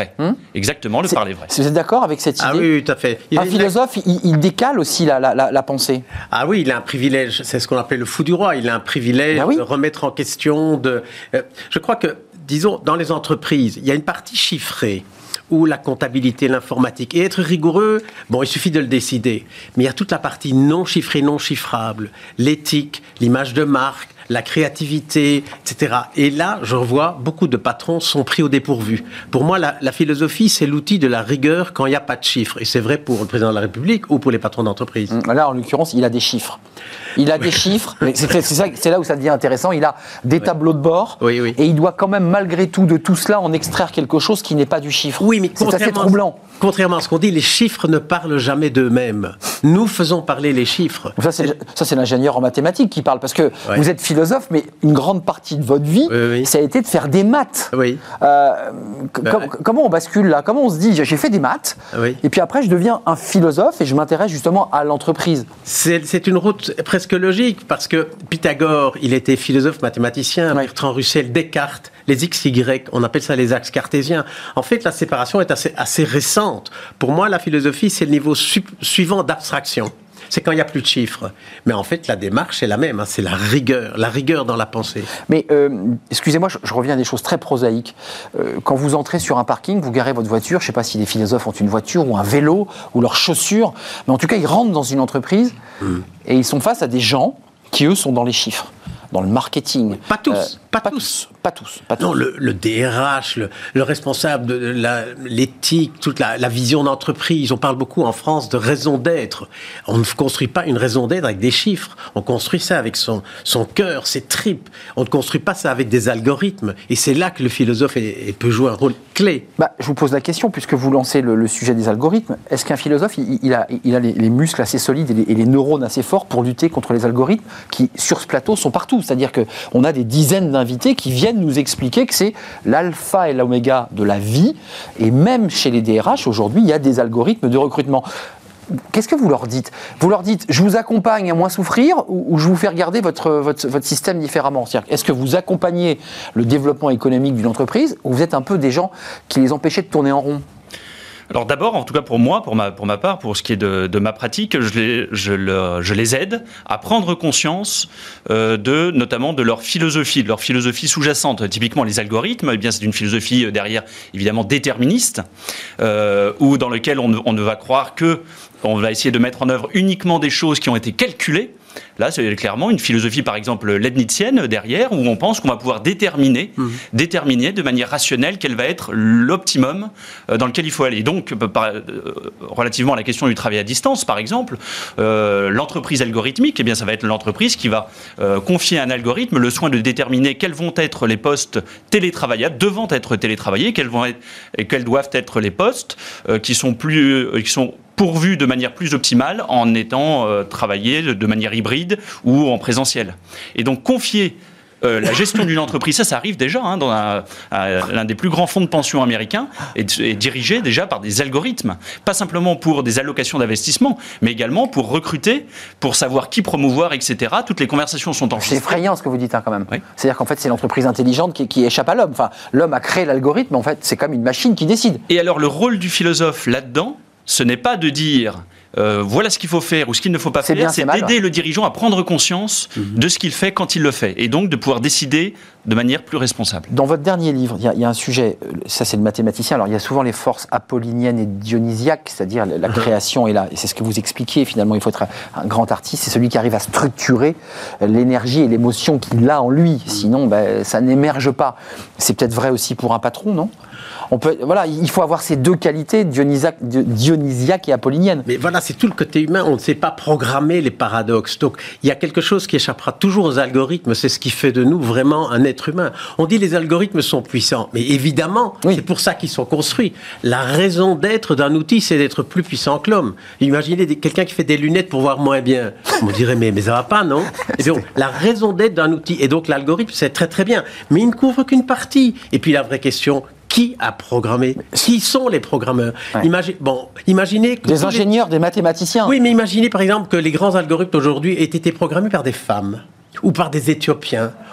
exactement le C'est- parler vrai. Vous êtes d'accord avec cette idée? Ah oui, oui, tout à fait. Il Un a une- philosophe, il, il décale aussi la, la, la, la pensée. Ah oui, il a un privilège. C'est ce qu'on appelle le fou du roi. Il a un privilège Ben oui. de remettre en question. De, euh, je crois que, disons, dans les entreprises, il y a une partie chiffrée où la comptabilité, l'informatique. Et être rigoureux, bon, il suffit de le décider. Mais il y a toute la partie non chiffrée, non chiffrable. L'éthique, l'image de marque, la créativité, et cetera. Et là, je revois, beaucoup de patrons sont pris au dépourvu. Pour moi, la, la philosophie, c'est l'outil de la rigueur quand il n'y a pas de chiffres. Et c'est vrai pour le président de la République ou pour les patrons d'entreprise. Là, en l'occurrence, il a des chiffres. Il a des chiffres, mais c'est c'est ça- c'est là où ça devient intéressant. Il a des tableaux de bord, Oui, oui. et il doit quand même, malgré tout, de tout cela, en extraire quelque chose qui n'est pas du chiffre. Oui, mais c'est assez contrairement- troublant. Contrairement à ce qu'on dit, les chiffres ne parlent jamais d'eux-mêmes. Nous faisons parler les chiffres. Ça, c'est ça, c'est l'ingénieur en mathématiques qui parle, parce que Ouais. vous êtes philosophe, mais une grande partie de votre vie, Oui, oui. ça a été de faire des maths. Oui. Euh, c- Ben com- ouais. Comment on bascule là? Comment on se dit, j'ai fait des maths, Oui. et puis après je deviens un philosophe et je m'intéresse justement à l'entreprise. C'est c'est une route presque logique parce que Pythagore, il était philosophe mathématicien, Ouais. Bertrand Russell, Descartes, les X Y, on appelle ça les axes cartésiens. En fait, la séparation est assez, assez récente. Pour moi, la philosophie, c'est le niveau su- suivant d'abstraction. C'est quand il n'y a plus de chiffres. Mais en fait, la démarche est la même, hein, c'est la rigueur, la rigueur dans la pensée. Mais euh, excusez-moi, je, je reviens à des choses très prosaïques. Euh, quand vous entrez sur un parking, vous garez votre voiture, je ne sais pas si les philosophes ont une voiture ou un vélo ou leurs chaussures, mais en tout cas, ils rentrent dans une entreprise et ils sont face à des gens qui, eux, sont dans les chiffres, dans le marketing. Pas tous, pas tous. Pas tous, pas tous. Non, le, le D R H, le, le responsable de la- l'éthique, toute la, la vision d'entreprise, on parle beaucoup en France de raison d'être. On ne construit pas une raison d'être avec des chiffres. On construit ça avec son, son cœur, ses tripes. On ne construit pas ça avec des algorithmes. Et c'est là que le philosophe est- est- peut jouer un rôle clé. Bah, je vous pose la question, puisque vous lancez le, le sujet des algorithmes. Est-ce qu'un philosophe, il, il a, il a les, les muscles assez solides et les, et les neurones assez forts pour lutter contre les algorithmes qui, sur ce plateau, sont partout? C'est-à-dire qu'on a des dizaines d'invités qui viennent nous expliquer que c'est l'alpha et l'oméga de la vie. Et même chez les D R H, aujourd'hui, il y a des algorithmes de recrutement. Qu'est-ce que vous leur dites? Vous leur dites, je vous accompagne à moins souffrir, ou, ou je vous fais regarder votre, votre, votre système différemment? C'est-à-dire, est-ce que vous accompagnez le développement économique d'une entreprise, ou vous êtes un peu des gens qui les empêchaient de tourner en rond? Alors d'abord, en tout cas pour moi, pour ma, pour ma part, pour ce qui est de, de ma pratique, je les, je, le- je les aide à prendre conscience euh, de, notamment de leur philosophie, de leur philosophie sous-jacente. Typiquement, les algorithmes, eh bien, c'est une philosophie euh, derrière, évidemment, déterministe, euh, ou dans lequel on, ne- on ne va croire que on va essayer de mettre en œuvre uniquement des choses qui ont été calculées. Là, c'est clairement une philosophie, par exemple, leibnizienne derrière, où on pense qu'on va pouvoir déterminer, mmh. déterminer de manière rationnelle quel va être l'optimum euh, dans lequel il faut aller. Et donc, par, euh, relativement à la question du travail à distance, par exemple, euh, l'entreprise algorithmique, eh bien, ça va être l'entreprise qui va euh, confier à un algorithme le soin de déterminer quels vont être les postes télétravaillables, devant être télétravaillés, quels vont être, et quels doivent être les postes euh, qui sont plus, euh, qui sont pourvu de manière plus optimale en étant euh, travaillé de manière hybride ou en présentiel. Et donc confier euh, la gestion d'une entreprise, ça, ça arrive déjà hein, dans un, un, l'un des plus grands fonds de pension américains, est, est dirigé déjà par des algorithmes, pas simplement pour des allocations d'investissement, mais également pour recruter, pour savoir qui promouvoir, et cetera. Toutes les conversations sont enregistrées. C'est effrayant ce que vous dites hein, quand même. Oui. C'est-à-dire qu'en fait, c'est l'entreprise intelligente qui, qui échappe à l'homme. Enfin, l'homme a créé l'algorithme, mais en fait, c'est comme une machine qui décide. Et alors, le rôle du philosophe là-dedans, ce n'est pas de dire euh, voilà ce qu'il faut faire ou ce qu'il ne faut pas c'est faire, bien, c'est, c'est d'aider le dirigeant à prendre conscience mmh. de ce qu'il fait quand il le fait, et donc de pouvoir décider de manière plus responsable. Dans votre dernier livre, il y, y a un sujet, ça c'est le mathématicien, alors il y a souvent les forces apolliniennes et dionysiaques, c'est-à-dire la, la création, et, la, et c'est ce que vous expliquez finalement, il faut être un, un grand artiste, c'est celui qui arrive à structurer l'énergie et l'émotion qu'il a en lui, sinon ben, ça n'émerge pas. C'est peut-être vrai aussi pour un patron, non ? On peut, voilà, il faut avoir ces deux qualités, dionysiaque, dionysiaque et apollinienne. Mais voilà, c'est tout le côté humain. On ne sait pas programmer les paradoxes. Donc, il y a quelque chose qui échappera toujours aux algorithmes. C'est ce qui fait de nous vraiment un être humain. On dit les algorithmes sont puissants. Mais évidemment, oui. c'est pour ça qu'ils sont construits. La raison d'être d'un outil, c'est d'être plus puissant que l'homme. Imaginez des, quelqu'un qui fait des lunettes pour voir moins bien. On dirait, mais, mais ça va pas, non? Et donc, la raison d'être d'un outil. Et donc, l'algorithme, c'est très très bien. Mais il ne couvre qu'une partie. Et puis, la vraie question... Qui a programmé? Qui sont les programmeurs? ouais. Imagine, bon, imaginez que des ingénieurs, les... des mathématiciens. Oui, mais imaginez par exemple que les grands algorithmes aujourd'hui aient été programmés par des femmes, ou par des Éthiopiens,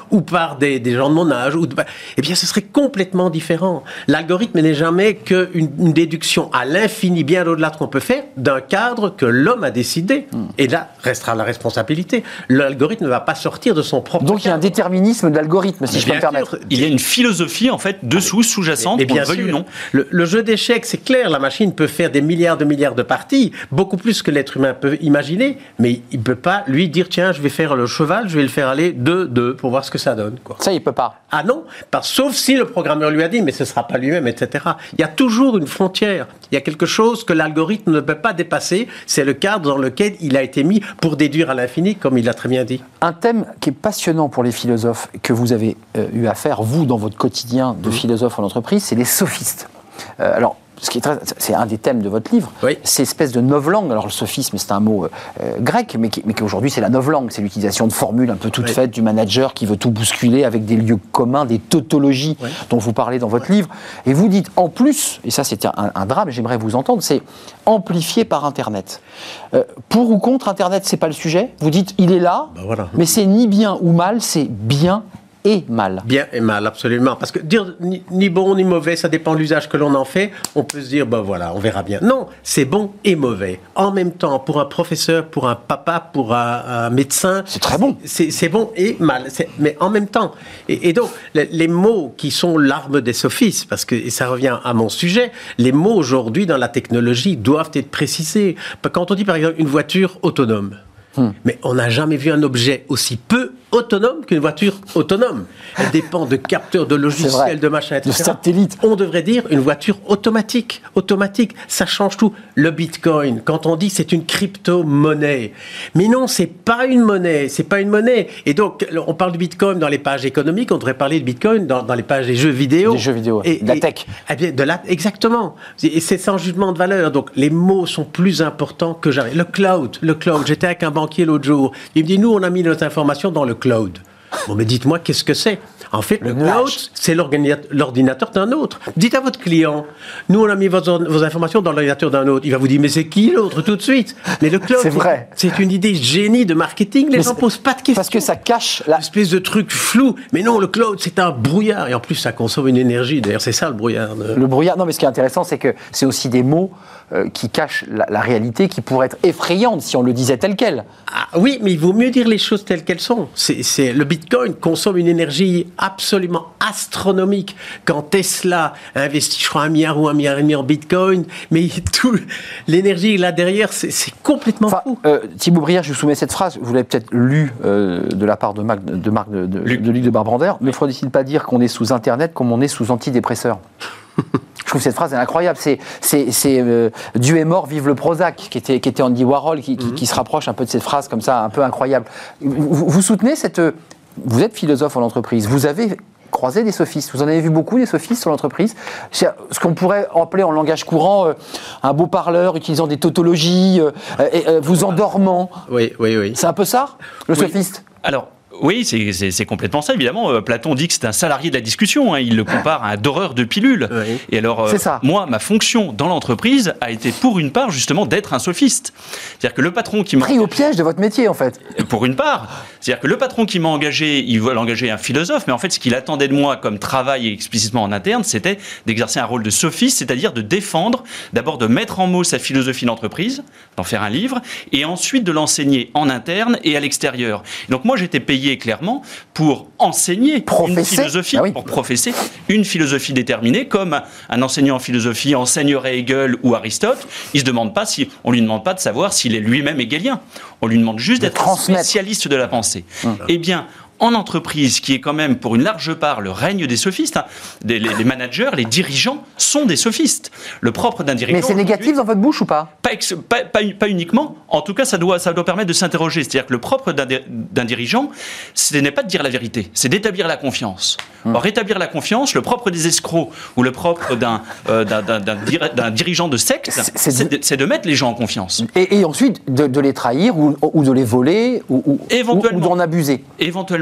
ou par des, des gens de mon âge, ou de, eh bien, ce serait complètement différent. L'algorithme n'est jamais qu'une une déduction à l'infini, bien au-delà de ce qu'on peut faire, d'un cadre que l'homme a décidé. Mmh. Et là, restera la responsabilité. L'algorithme ne va pas sortir de son propre Donc, cadre. Il y a un déterminisme de l'algorithme, si mais je peux me permettre. Sûr, il y a une philosophie, en fait, dessous, sous-jacente, qu'on le veuille ou non. Le, le jeu d'échecs, c'est clair, la machine peut faire des milliards de milliards de parties, beaucoup plus que l'être humain peut imaginer, mais il ne peut pas, lui, dire, tiens, je vais faire le cheval, je vais le faire aller deux deux pour voir ce que ça donne. Quoi. Ça, il ne peut pas. Ah non, parce, sauf si le programmeur lui a dit, mais ce ne sera pas lui-même, et cetera. Il y a toujours une frontière. Il y a quelque chose que l'algorithme ne peut pas dépasser. C'est le cadre dans lequel il a été mis pour déduire à l'infini, comme il l'a très bien dit. Un thème qui est passionnant pour les philosophes, que vous avez euh, eu à faire, vous, dans votre quotidien de mmh. philosophe en entreprise, c'est les sophistes. Euh, alors, ce qui est très, c'est un des thèmes de votre livre, oui. C'est espèce de novlangue. Alors le sophisme, c'est un mot euh, grec, mais, qui, mais qu'aujourd'hui c'est la novlangue. C'est l'utilisation de formules un peu toutes oui. faites du manager qui veut tout bousculer avec des lieux communs, des tautologies oui. dont vous parlez dans votre oui. livre. Et vous dites en plus, et ça c'est un, un drame, j'aimerais vous entendre, c'est amplifié par Internet. Euh, pour ou contre Internet, c'est pas le sujet. Vous dites il est là, ben voilà. mais c'est ni bien ou mal, c'est bien et mal. Bien et mal, absolument. Parce que dire ni, ni bon ni mauvais, ça dépend de l'usage que l'on en fait. On peut se dire, ben voilà, on verra bien. Non, c'est bon et mauvais. En même temps, pour un professeur, pour un papa, pour un, un médecin... C'est très bon. C'est, c'est bon et mal. C'est, mais en même temps. Et, et donc, les, les mots qui sont l'arme des sophistes, parce que et ça revient à mon sujet, les mots aujourd'hui dans la technologie doivent être précisés. Quand on dit par exemple une voiture autonome, Hmm. mais on n'a jamais vu un objet aussi peu autonome qu'une voiture autonome. Elle dépend de capteurs, de logiciels, de machins, et cetera. De satellites. On devrait dire une voiture automatique. Automatique, ça change tout. Le Bitcoin, quand on dit c'est une crypto-monnaie. Mais non, c'est pas une monnaie. C'est pas une monnaie. Et donc, on parle du Bitcoin dans les pages économiques, on devrait parler de Bitcoin dans, dans les pages des jeux vidéo. Des jeux vidéo, et, de la tech. Et, et bien, de la, exactement. Et c'est sans jugement de valeur. Donc, les mots sont plus importants que jamais. Le cloud, le cloud. J'étais avec un banquier l'autre jour. Il me dit, nous, on a mis nos informations dans le cloud. Bon, mais dites-moi, qu'est-ce que c'est ? En fait, le, le cloud, c'est l'ordinateur d'un autre. Dites à votre client, nous, on a mis vos, vos informations dans l'ordinateur d'un autre. Il va vous dire, mais c'est qui l'autre tout de suite ? Mais le cloud, c'est, vrai. c'est une idée génie de marketing. Les mais gens ne posent pas de questions. Parce que ça cache la... Une espèce de truc flou. Mais non, le cloud, c'est un brouillard. Et en plus, ça consomme une énergie. D'ailleurs, c'est ça le brouillard. De... Le brouillard, non, mais ce qui est intéressant, c'est que c'est aussi des mots euh, qui cachent la, la réalité, qui pourrait être effrayante si on le disait tel quel. Ah, oui, mais il vaut mieux dire les choses telles qu'elles sont. C'est, c'est, le Bitcoin consomme une énergie absolument astronomique. Quand Tesla investit, je crois, un milliard ou un milliard et demi en Bitcoin, mais tout, l'énergie là derrière, c'est, c'est complètement enfin, fou. Euh, Thibaut Brière, je vous soumets cette phrase, vous l'avez peut-être lu euh, de la part de Marc de, Marc de, de, de Luc de Barbrander, ne faudrait-il pas dire qu'on est sous Internet comme on est sous antidépresseurs ? Je trouve cette phrase est incroyable. C'est, c'est, c'est euh, Dieu est mort, vive le Prozac, qui était, qui était Andy Warhol, qui, qui, mm-hmm. qui se rapproche un peu de cette phrase comme ça, un peu incroyable. Vous, vous soutenez cette... Vous êtes philosophe en entreprise, vous avez croisé des sophistes, vous en avez vu beaucoup des sophistes sur l'entreprise. C'est ce qu'on pourrait appeler en langage courant euh, un beau parleur utilisant des tautologies, euh, et, euh, vous endormant. Oui, oui, oui. C'est un peu ça, le oui. sophiste ? Alors, oui, c'est, c'est, c'est complètement ça, évidemment. Euh, Platon dit que c'est un salarié de la discussion. Hein. Il le compare à un doreur de pilules. Oui. Et alors, euh, moi, ma fonction dans l'entreprise a été, pour une part, justement, d'être un sophiste. C'est-à-dire que le patron qui m'a... Pris au piège de votre métier, en fait. Pour une part. C'est-à-dire que le patron qui m'a engagé, il veut engager un philosophe, mais en fait, ce qu'il attendait de moi comme travail explicitement en interne, c'était d'exercer un rôle de sophiste, c'est-à-dire de défendre, d'abord de mettre en mots sa philosophie d'entreprise, d'en faire un livre, et ensuite de l'enseigner en interne et à l'extérieur. Donc moi, j'étais payé clairement pour enseigner professer. une philosophie, ah oui. pour professer une philosophie déterminée, comme un enseignant en philosophie enseignerait Hegel ou Aristote. Il se demande pas si, on lui demande pas de savoir s'il est lui-même hegelien. On lui demande juste de d'être un spécialiste de la pensée. Hum. Eh bien, en entreprise, qui est quand même pour une large part le règne des sophistes, hein, des, les, les managers, les dirigeants sont des sophistes. Le propre d'un dirigeant... Mais c'est négatif dans votre bouche ou pas ? Pas, ex, pas, pas, pas uniquement. En tout cas, ça doit, ça doit permettre de s'interroger. C'est-à-dire que le propre d'un, d'un dirigeant, ce n'est pas de dire la vérité, c'est d'établir la confiance. Hum. Or, rétablir la confiance, le propre des escrocs ou le propre d'un, euh, d'un, d'un, d'un, dir, d'un dirigeant de secte, c'est, c'est, c'est, de, c'est de mettre les gens en confiance. Et, et ensuite, de, de les trahir ou, ou de les voler ou, ou, ou d'en abuser. Éventuellement.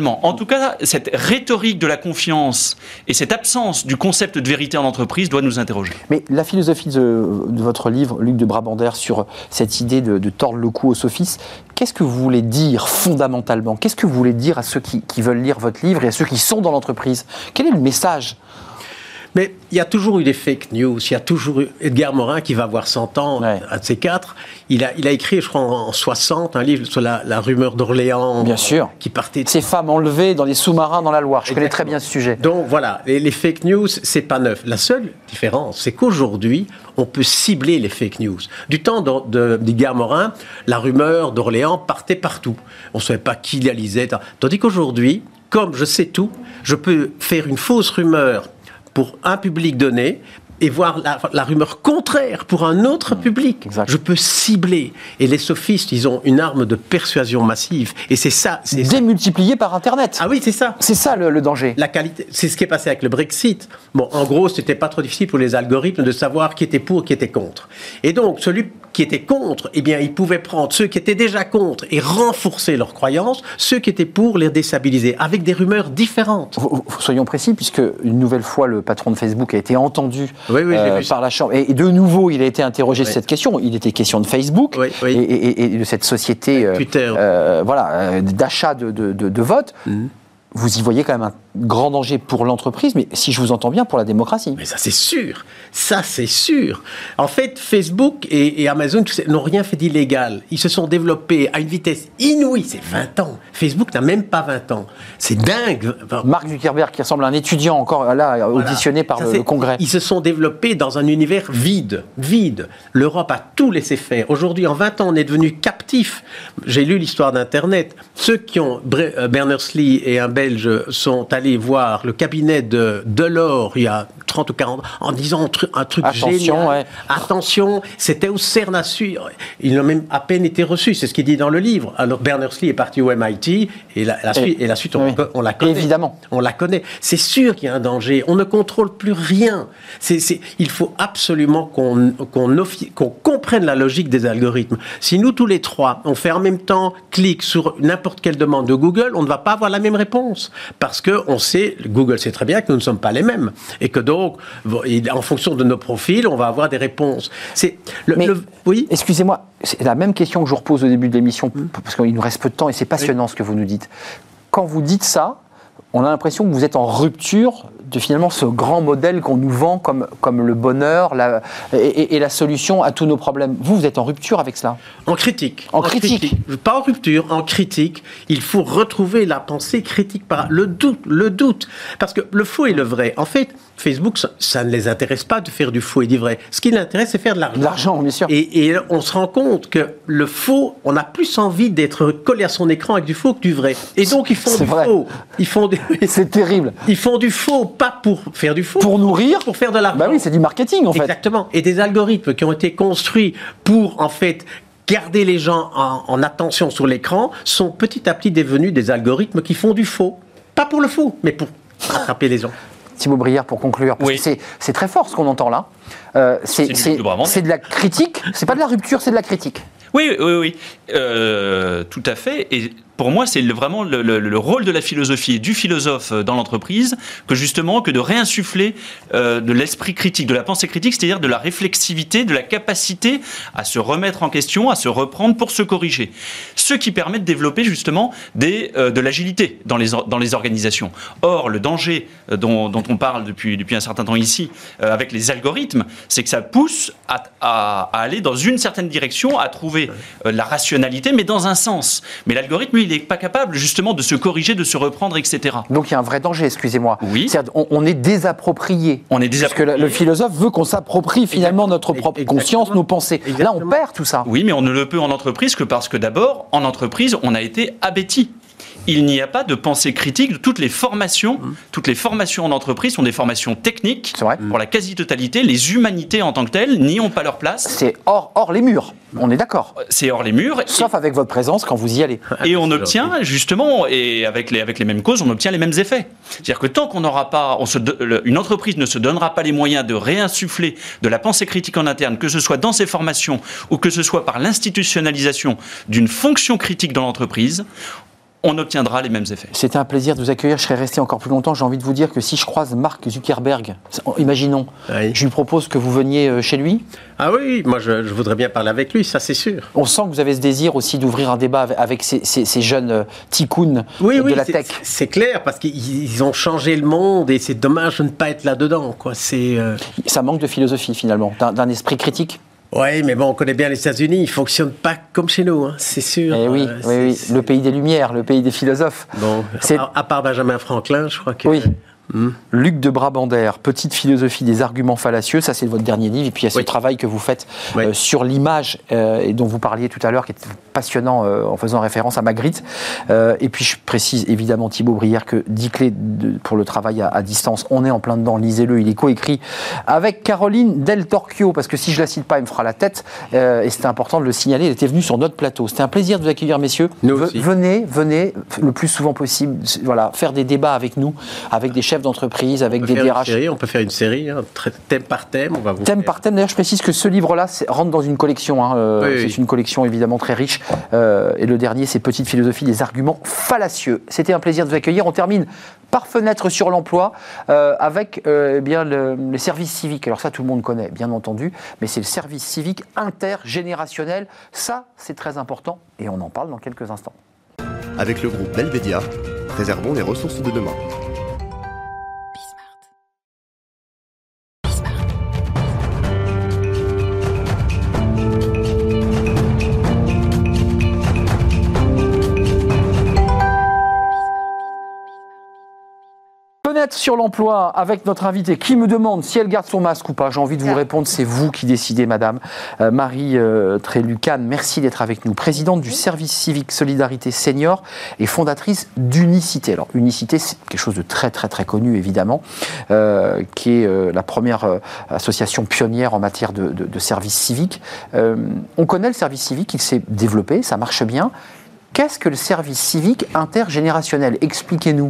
Certainement. En tout cas, cette rhétorique de la confiance et cette absence du concept de vérité en entreprise doit nous interroger. Mais la philosophie de, de votre livre, Luc de Brabander, sur cette idée de, de tordre le cou aux sophistes, qu'est-ce que vous voulez dire fondamentalement ? Qu'est-ce que vous voulez dire à ceux qui, qui veulent lire votre livre et à ceux qui sont dans l'entreprise ? Quel est le message ? Mais il y a toujours eu des fake news. Il y a toujours eu Edgar Morin qui va avoir cent ans, ouais. un de ces quatre. Il a, il a écrit, je crois, en soixante, un livre sur la, la rumeur d'Orléans. Bien sûr. Qui partait de... Ces femmes enlevées dans les sous-marins dans la Loire. Je Exactement. connais très bien ce sujet. Donc voilà, les, les fake news, c'est pas neuf. La seule différence, c'est qu'aujourd'hui, on peut cibler les fake news. Du temps de, d'Edgar Morin, la rumeur d'Orléans partait partout. On ne savait pas qui la lisait. Tandis qu'aujourd'hui, comme je sais tout, je peux faire une fausse rumeur pour un public donné et voir la, la rumeur contraire pour un autre mmh, public. Exact. Je peux cibler. Et les sophistes, ils ont une arme de persuasion massive. Et c'est ça. C'est démultiplié par Internet. Ah oui, c'est ça. C'est ça le, le danger. La qualité, c'est ce qui est passé avec le Brexit. Bon, en gros, c'était pas trop difficile pour les algorithmes de savoir qui était pour, qui était contre. Et donc, celui qui était contre, eh bien, ils pouvaient prendre ceux qui étaient déjà contre et renforcer leurs croyances, ceux qui étaient pour les déstabiliser, avec des rumeurs différentes. Soyons précis, puisque une nouvelle fois, le patron de Facebook a été entendu oui, oui, euh, par la Chambre. Et de nouveau, il a été interrogé oui. sur cette question. Il était question de Facebook oui, oui. Et, et, et de cette société euh, euh, voilà, euh, d'achat de, de, de, de vote. Mmh. Vous y voyez quand même un grand danger pour l'entreprise, mais si je vous entends bien, pour la démocratie. Mais ça, c'est sûr. Ça, c'est sûr. En fait, Facebook et, et Amazon n'ont rien fait d'illégal. Ils se sont développés à une vitesse inouïe. C'est vingt ans. Facebook n'a même pas vingt ans. C'est dingue. Enfin, Mark Zuckerberg, qui ressemble à un étudiant encore là, voilà. auditionné par ça, le, le Congrès. Ils se sont développés dans un univers vide. Vide. L'Europe a tout laissé faire. Aujourd'hui, en vingt ans, on est devenu captif. J'ai lu l'histoire d'Internet. Ceux qui ont... Berners-Lee et un Belge sont allés voir le cabinet de Delors il y a trente ou quarante en disant un truc, un truc Attention, génial. Ouais. Attention, c'était au CERN à su. Ils n'ont même à peine été reçus, c'est ce qu'il dit dans le livre. Alors Berners-Lee est parti au M I T et la, la, et, suite, et la suite, on, oui. on la connaît. Évidemment. On la connaît. C'est sûr qu'il y a un danger. On ne contrôle plus rien. C'est, c'est, il faut absolument qu'on, qu'on, offi- qu'on comprenne la logique des algorithmes. Si nous, tous les trois, on fait en même temps clic sur n'importe quelle demande de Google, on ne va pas avoir la même réponse. Parce qu'on sait, Google sait très bien que nous ne sommes pas les mêmes. Et que donc, en fonction de nos profils, on va avoir des réponses. C'est le, Mais, le, oui excusez-moi, c'est la même question que je vous repose au début de l'émission, mmh. parce qu'il nous reste peu de temps et c'est passionnant oui. ce que vous nous dites. Quand vous dites ça, on a l'impression que vous êtes en rupture de finalement ce grand modèle qu'on nous vend comme, comme le bonheur la, et, et, et la solution à tous nos problèmes. Vous, vous êtes en rupture avec cela ? En critique. En, en critique. critique. Pas en rupture, en critique. Il faut retrouver la pensée critique par le doute, le doute. Parce que le faux et le vrai, en fait, Facebook, ça, ça ne les intéresse pas de faire du faux et du vrai. Ce qui les intéresse, c'est faire de l'argent. De l'argent, bien sûr. Et, et on se rend compte que le faux, on a plus envie d'être collé à son écran avec du faux que du vrai. Et donc, ils font c'est du vrai. faux. Ils font du... C'est terrible. Ils font du faux, pas pour faire du faux. Pour nourrir. Pour faire de l'argent. Bah oui, c'est du marketing, en fait. Exactement. Et des algorithmes qui ont été construits pour, en fait, garder les gens en, en attention sur l'écran sont petit à petit devenus des algorithmes qui font du faux. Pas pour le faux, mais pour attraper les gens. Thibaut Brière, pour conclure, parce oui. que c'est, c'est très fort ce qu'on entend là. Euh, c'est, c'est, c'est, c'est de la critique, c'est pas de la rupture, c'est de la critique. Oui, oui, oui, euh, tout à fait. Et pour moi, c'est le, vraiment le, le, le rôle de la philosophie et du philosophe dans l'entreprise que justement que de réinsuffler euh, de l'esprit critique, de la pensée critique, c'est-à-dire de la réflexivité, de la capacité à se remettre en question, à se reprendre pour se corriger. Ce qui permet de développer justement des, euh, de l'agilité dans les, dans les organisations. Or, le danger dont, dont on parle depuis, depuis un certain temps ici, euh, avec les algorithmes, c'est que ça pousse à, à, à aller dans une certaine direction, à trouver euh, la rationalité, mais dans un sens. Mais l'algorithme, lui, il n'est pas capable justement de se corriger, de se reprendre, et cetera. Donc il y a un vrai danger, excusez-moi. Oui. C'est-à-dire, on, on est désapproprié. On est désapproprié. Parce que le philosophe veut qu'on s'approprie finalement Exactement. notre propre Exactement. conscience, nos pensées. Exactement. Là, on perd tout ça. Oui, mais on ne le peut en entreprise que parce que d'abord, en entreprise, on a été abéti. Il n'y a pas de pensée critique. Toutes les formations, mmh. toutes les formations en entreprise sont des formations techniques. C'est vrai. Pour la quasi-totalité, les humanités en tant que telles n'y ont pas leur place. C'est hors, hors les murs. On est d'accord. C'est hors les murs. Sauf et... avec votre présence quand vous y allez. Et on obtient justement, et avec les, avec les mêmes causes, on obtient les mêmes effets. C'est-à-dire que tant qu'on n'aura pas, on se, une entreprise ne se donnera pas les moyens de réinsuffler de la pensée critique en interne, que ce soit dans ses formations ou que ce soit par l'institutionnalisation d'une fonction critique dans l'entreprise, on obtiendra les mêmes effets. C'était un plaisir de vous accueillir. Je serais resté encore plus longtemps. J'ai envie de vous dire que si je croise Mark Zuckerberg, imaginons, oui. je lui propose que vous veniez chez lui. Ah oui, moi je, je voudrais bien parler avec lui, ça c'est sûr. On sent que vous avez ce désir aussi d'ouvrir un débat avec, avec ces, ces, ces jeunes ticounes oui, de oui, la c'est, tech. C'est clair, parce qu'ils ont changé le monde et c'est dommage de ne pas être là-dedans, quoi. C'est, euh... Ça manque de philosophie finalement, d'un, d'un esprit critique. Oui, mais bon, on connaît bien les États-Unis, ils ne fonctionnent pas comme chez nous, hein, c'est sûr. Et oui, euh, oui, c'est, oui. c'est... le pays des Lumières, le pays des philosophes. Bon, c'est... À, à part Benjamin Franklin, je crois que... Oui. Mmh. Luc de Brabander, Petite philosophie des arguments fallacieux, ça c'est votre dernier livre, et puis il y a ce oui. travail que vous faites oui. euh, sur l'image, euh, et dont vous parliez tout à l'heure, qui est passionnant euh, en faisant référence à Magritte. Euh, et puis je précise évidemment, Thibaut Brière, que dix clés de, pour le travail à, à distance, on est en plein dedans, lisez-le, il est coécrit avec Caroline Del Torchio, parce que si je la cite pas, elle me fera la tête, euh, et c'était important de le signaler, elle était venue sur notre plateau. C'était un plaisir de vous accueillir, messieurs. Nous v- aussi. Venez, venez, le plus souvent possible, voilà, faire des débats avec nous, avec des chefs d'entreprise, avec des D R H. Série, on peut faire une série, hein, thème par thème. On va vous thème faire... par thème. D'ailleurs, je précise que ce livre-là c'est, rentre dans une collection. Hein, euh, oui, c'est oui. une collection évidemment très riche. Euh, et le dernier, c'est Petite philosophie des arguments fallacieux. C'était un plaisir de vous accueillir. On termine par Fenêtre sur l'emploi euh, avec euh, eh bien, le, le service civique. Alors ça, tout le monde connaît, bien entendu, mais c'est le service civique intergénérationnel. Ça, c'est très important et on en parle dans quelques instants. Avec le groupe Belvedia, préservons les ressources de demain. Fenêtre sur l'emploi avec notre invitée qui me demande si elle garde son masque ou pas. J'ai envie de vous répondre, c'est vous qui décidez, madame. Euh, Marie euh, Trélucan, merci d'être avec nous. Présidente du service civique Solidarité Senior et fondatrice d'Unicité. Alors, Unicité, c'est quelque chose de très, très, très connu, évidemment, euh, qui est euh, la première euh, association pionnière en matière de, de, de service civique. Euh, on connaît le service civique, il s'est développé, ça marche bien. Qu'est-ce que le service civique intergénérationnel ? Expliquez-nous.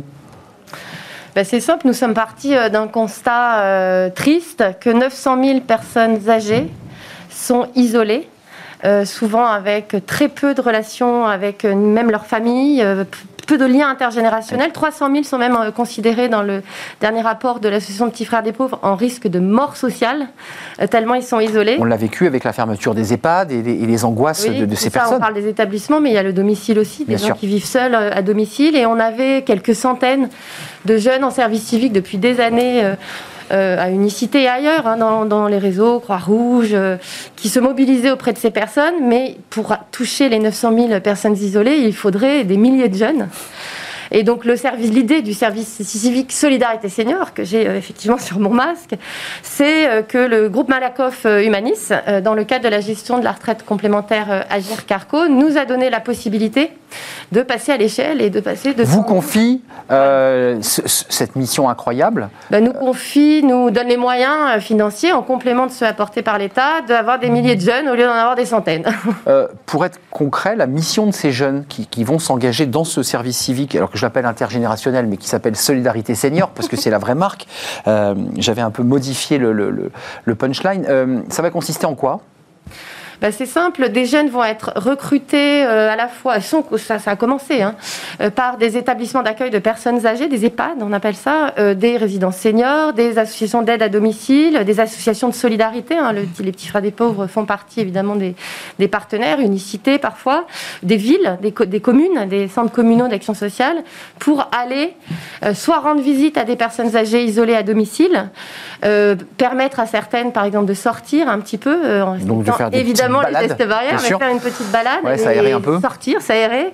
Ben c'est simple, nous sommes partis d'un constat euh, triste que neuf cent mille personnes âgées sont isolées, euh, souvent avec très peu de relations avec euh, même leur famille, euh, peu de liens intergénérationnels. trois cent mille sont même euh, considérés dans le dernier rapport de l'association Petits Frères des Pauvres en risque de mort sociale, euh, tellement ils sont isolés. On l'a vécu avec la fermeture des EHPAD et les, et les angoisses oui, de, de ces ça, personnes. On parle des établissements, mais il y a le domicile aussi, des Bien gens sûr. qui vivent seuls euh, à domicile. Et on avait quelques centaines de jeunes en service civique depuis des années euh, euh, à Unicité et ailleurs, hein, dans, dans les réseaux, Croix-Rouge, euh, qui se mobilisaient auprès de ces personnes. Mais pour toucher les neuf cent mille personnes isolées, il faudrait des milliers de jeunes. Et donc le service, l'idée du service civique Solidarité Senior, que j'ai euh, effectivement sur mon masque, c'est euh, que le groupe Malakoff euh, Humanis, euh, dans le cadre de la gestion de la retraite complémentaire euh, Agir Carco, nous a donné la possibilité de passer à l'échelle et de passer de... Vous confie euh, ce, ce, cette mission incroyable. Ben, nous confie, nous donne les moyens euh, financiers, en complément de ceux apportés par l'État, d'avoir des milliers de jeunes au lieu d'en avoir des centaines. Euh, pour être concret, la mission de ces jeunes qui, qui vont s'engager dans ce service civique, alors que je l'appelle intergénérationnel, mais qui s'appelle Solidarité Senior, parce que c'est la vraie marque, euh, j'avais un peu modifié le, le, le, le punchline, euh, ça va consister en quoi ? Ben c'est simple, des jeunes vont être recrutés euh, à la fois, sont, ça, ça a commencé, hein, euh, par des établissements d'accueil de personnes âgées, des EHPAD, on appelle ça, euh, des résidences seniors, des associations d'aide à domicile, des associations de solidarité, hein, le, les Petits Frères des Pauvres font partie évidemment des, des partenaires, Unicité parfois, des villes, des, des communes, des centres communaux d'action sociale, pour aller euh, soit rendre visite à des personnes âgées isolées à domicile, euh, permettre à certaines par exemple de sortir un petit peu, euh, en Donc de faire des évidemment balades, les gestes barrières, mais faire une petite balade, ouais, s'aérer un peu. sortir, s'aérer,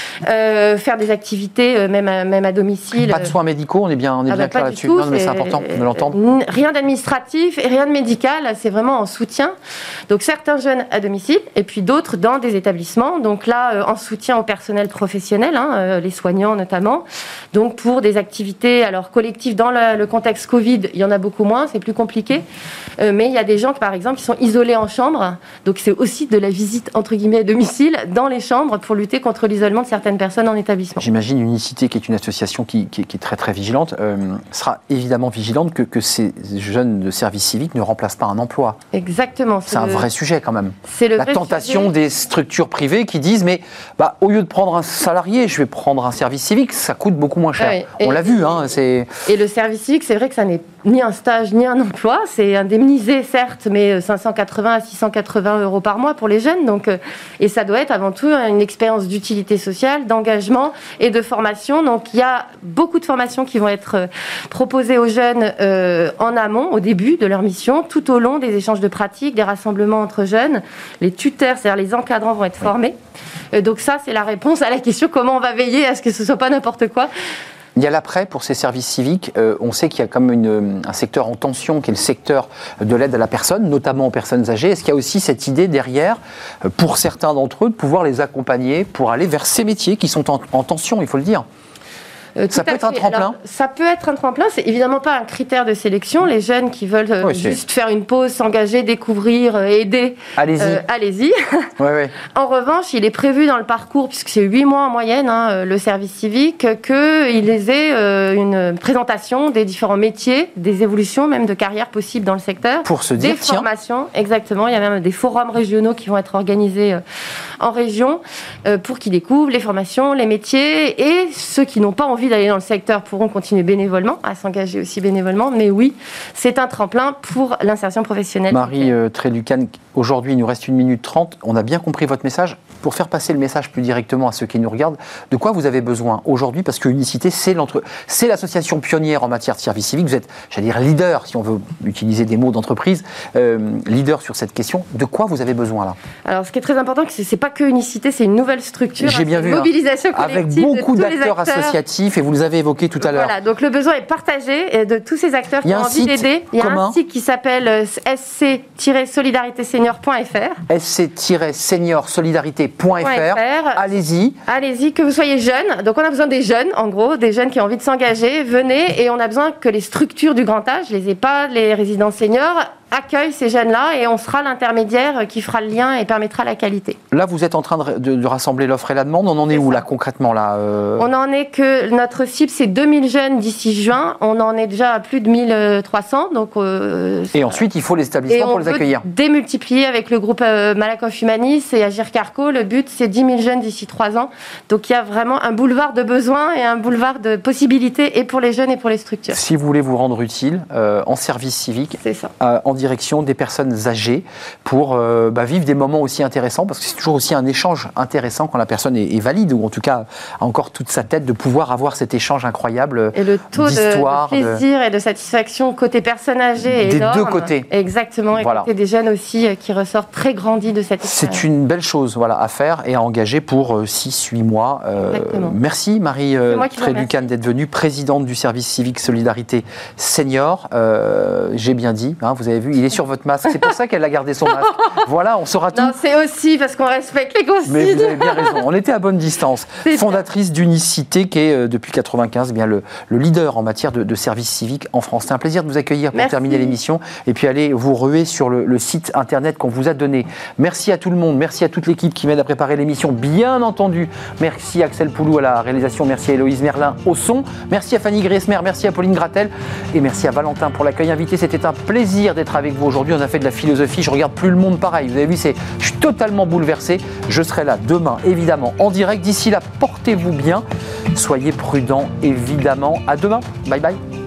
euh, faire des activités euh, même, à, même à domicile. Pas de soins médicaux, on est bien, on est ah bien bah clair pas là-dessus. du tout, Non, mais c'est important de l'entendre. Rien d'administratif et rien de médical, c'est vraiment en soutien. Donc certains jeunes à domicile et puis d'autres dans des établissements. Donc là, euh, en soutien au personnel professionnel, hein, euh, les soignants notamment. Donc pour des activités alors collectives dans le, le contexte Covid, il y en a beaucoup moins, c'est plus compliqué. Euh, mais il y a des gens qui, par exemple, qui sont isolés en chambre. Donc que c'est aussi de la visite entre guillemets à domicile dans les chambres pour lutter contre l'isolement de certaines personnes en établissement. J'imagine Unicité, qui est une association qui, qui, qui est très très vigilante, euh, sera évidemment vigilante que, que ces jeunes de service civique ne remplacent pas un emploi. Exactement. C'est, c'est un le, vrai sujet quand même. C'est le la vrai tentation sujet. Des structures privées qui disent mais bah, au lieu de prendre un salarié, je vais prendre un service civique, ça coûte beaucoup moins cher. Ouais, On et, l'a vu. Hein, c'est... Et le service civique, c'est vrai que ça n'est ni un stage ni un emploi, c'est indemnisé certes, mais cinq cent quatre-vingts à six cent quatre-vingts euros par mois pour les jeunes. Donc, et ça doit être avant tout une expérience d'utilité sociale, d'engagement et de formation. Donc il y a beaucoup de formations qui vont être proposées aux jeunes euh, en amont, au début de leur mission, tout au long des échanges de pratiques, des rassemblements entre jeunes. Les tuteurs, c'est-à-dire les encadrants, vont être formés. Euh, donc ça, c'est la réponse à la question comment on va veiller à ce que ce ne soit pas n'importe quoi. Il y a l'après pour ces services civiques. Euh, on sait qu'il y a comme une, un secteur en tension qui est le secteur de l'aide à la personne, notamment aux personnes âgées. Est-ce qu'il y a aussi cette idée derrière, pour certains d'entre eux, de pouvoir les accompagner pour aller vers ces métiers qui sont en, en tension, il faut le dire ? Euh, ça peut être un tremplin. Alors, ça peut être un tremplin, c'est évidemment pas un critère de sélection. Les jeunes qui veulent euh, oui, juste faire une pause, s'engager, découvrir, euh, aider, allez-y. Euh, allez-y. Ouais, ouais. En revanche, il est prévu dans le parcours, puisque c'est huit mois en moyenne, hein, le service civique, qu'ils aient euh, une présentation des différents métiers, des évolutions même de carrière possibles dans le secteur. Pour se dire, des formations, exactement. Il y a même des forums régionaux qui vont être organisés euh, en région euh, pour qu'ils découvrent les formations, les métiers, et ceux qui n'ont pas envie d'aller dans le secteur pourront continuer bénévolement, à s'engager aussi bénévolement. Mais oui, c'est un tremplin pour l'insertion professionnelle. Marie euh, Trélucan, aujourd'hui, il nous reste une minute trente. On a bien compris votre message. Pour faire passer le message plus directement à ceux qui nous regardent, de quoi vous avez besoin aujourd'hui ? Parce que Unicité, c'est, l'entre... c'est l'association pionnière en matière de service civique. Vous êtes, j'allais dire, leader, si on veut utiliser des mots d'entreprise, euh, leader sur cette question. De quoi vous avez besoin là ? Alors, ce qui est très important, c'est, c'est pas que Unicité, c'est une nouvelle structure. J'ai bien une vu, mobilisation hein, collective avec beaucoup de tous d'acteurs les acteurs associatifs, et vous les avez évoqués tout à l'heure. Voilà, donc le besoin est partagé de tous ces acteurs qui ont envie d'aider. Il y a commun. un site qui s'appelle s c tiret solidarité senior point f r. s c tiret senior solidarité point f r. Allez-y. Allez-y, que vous soyez jeune. Donc on a besoin des jeunes, en gros, des jeunes qui ont envie de s'engager. Venez, et on a besoin que les structures du grand âge, les EHPAD, les résidences seniors, accueillent ces jeunes-là, et on sera l'intermédiaire qui fera le lien et permettra la qualité. Là, vous êtes en train de, de, de rassembler l'offre et la demande. On en est, est où ça. Là concrètement là euh... On en est que notre cible, c'est deux mille jeunes d'ici juin. On en est déjà à plus de mille trois cents. Donc, euh, et ensuite, il faut les établissements pour les accueillir. On peut démultiplier avec le groupe euh, Malakoff Humanis et Agir Carco. Le but, c'est dix mille jeunes d'ici trois ans. Donc il y a vraiment un boulevard de besoins et un boulevard de possibilités, et pour les jeunes et pour les structures. Si vous voulez vous rendre utile euh, en service civique, c'est ça. Euh, en direction des personnes âgées, pour euh, bah, vivre des moments aussi intéressants, parce que c'est toujours aussi un échange intéressant quand la personne est, est valide, ou en tout cas a encore toute sa tête, de pouvoir avoir cet échange incroyable. Et le taux de, de plaisir de... et de satisfaction côté personnes âgées est des énorme. Des deux côtés. Exactement, et voilà. Côté des jeunes aussi, qui ressortent très grandis de cette expérience. C'est une belle chose, voilà, à faire et à engager pour euh, six huit mois. Euh, merci Marie euh, Trélucan d'être venue, présidente du service civique Solidarité Senior. Euh, j'ai bien dit, hein, vous avez vu, il est sur votre masque. C'est pour ça qu'elle a gardé son masque. Voilà, on saura tout. Non, c'est aussi parce qu'on respecte les consignes. Mais vous avez bien raison. On était à bonne distance. C'est fondatrice d'Unicité, qui est euh, depuis quatre-vingt-quinze eh bien, le, le leader en matière de, de service civique en France. C'est un plaisir de vous accueillir pour Merci. terminer l'émission. Et puis allez vous ruer sur le, le site internet qu'on vous a donné. Merci à tout le monde. Merci à toute l'équipe qui m'aide à préparer l'émission. Bien entendu, merci à Axel Poulou à la réalisation. Merci à Héloïse Merlin au son. Merci à Fanny Griesmer. Merci à Pauline Gratel. Et merci à Valentin pour l'accueil invité. C'était un plaisir d'être avec vous aujourd'hui. On a fait de la philosophie. Je regarde plus le monde pareil. Vous avez vu, c'est, je suis totalement bouleversé. Je serai là demain, évidemment, en direct. D'ici là, portez-vous bien. Soyez prudents, évidemment. À demain. Bye bye.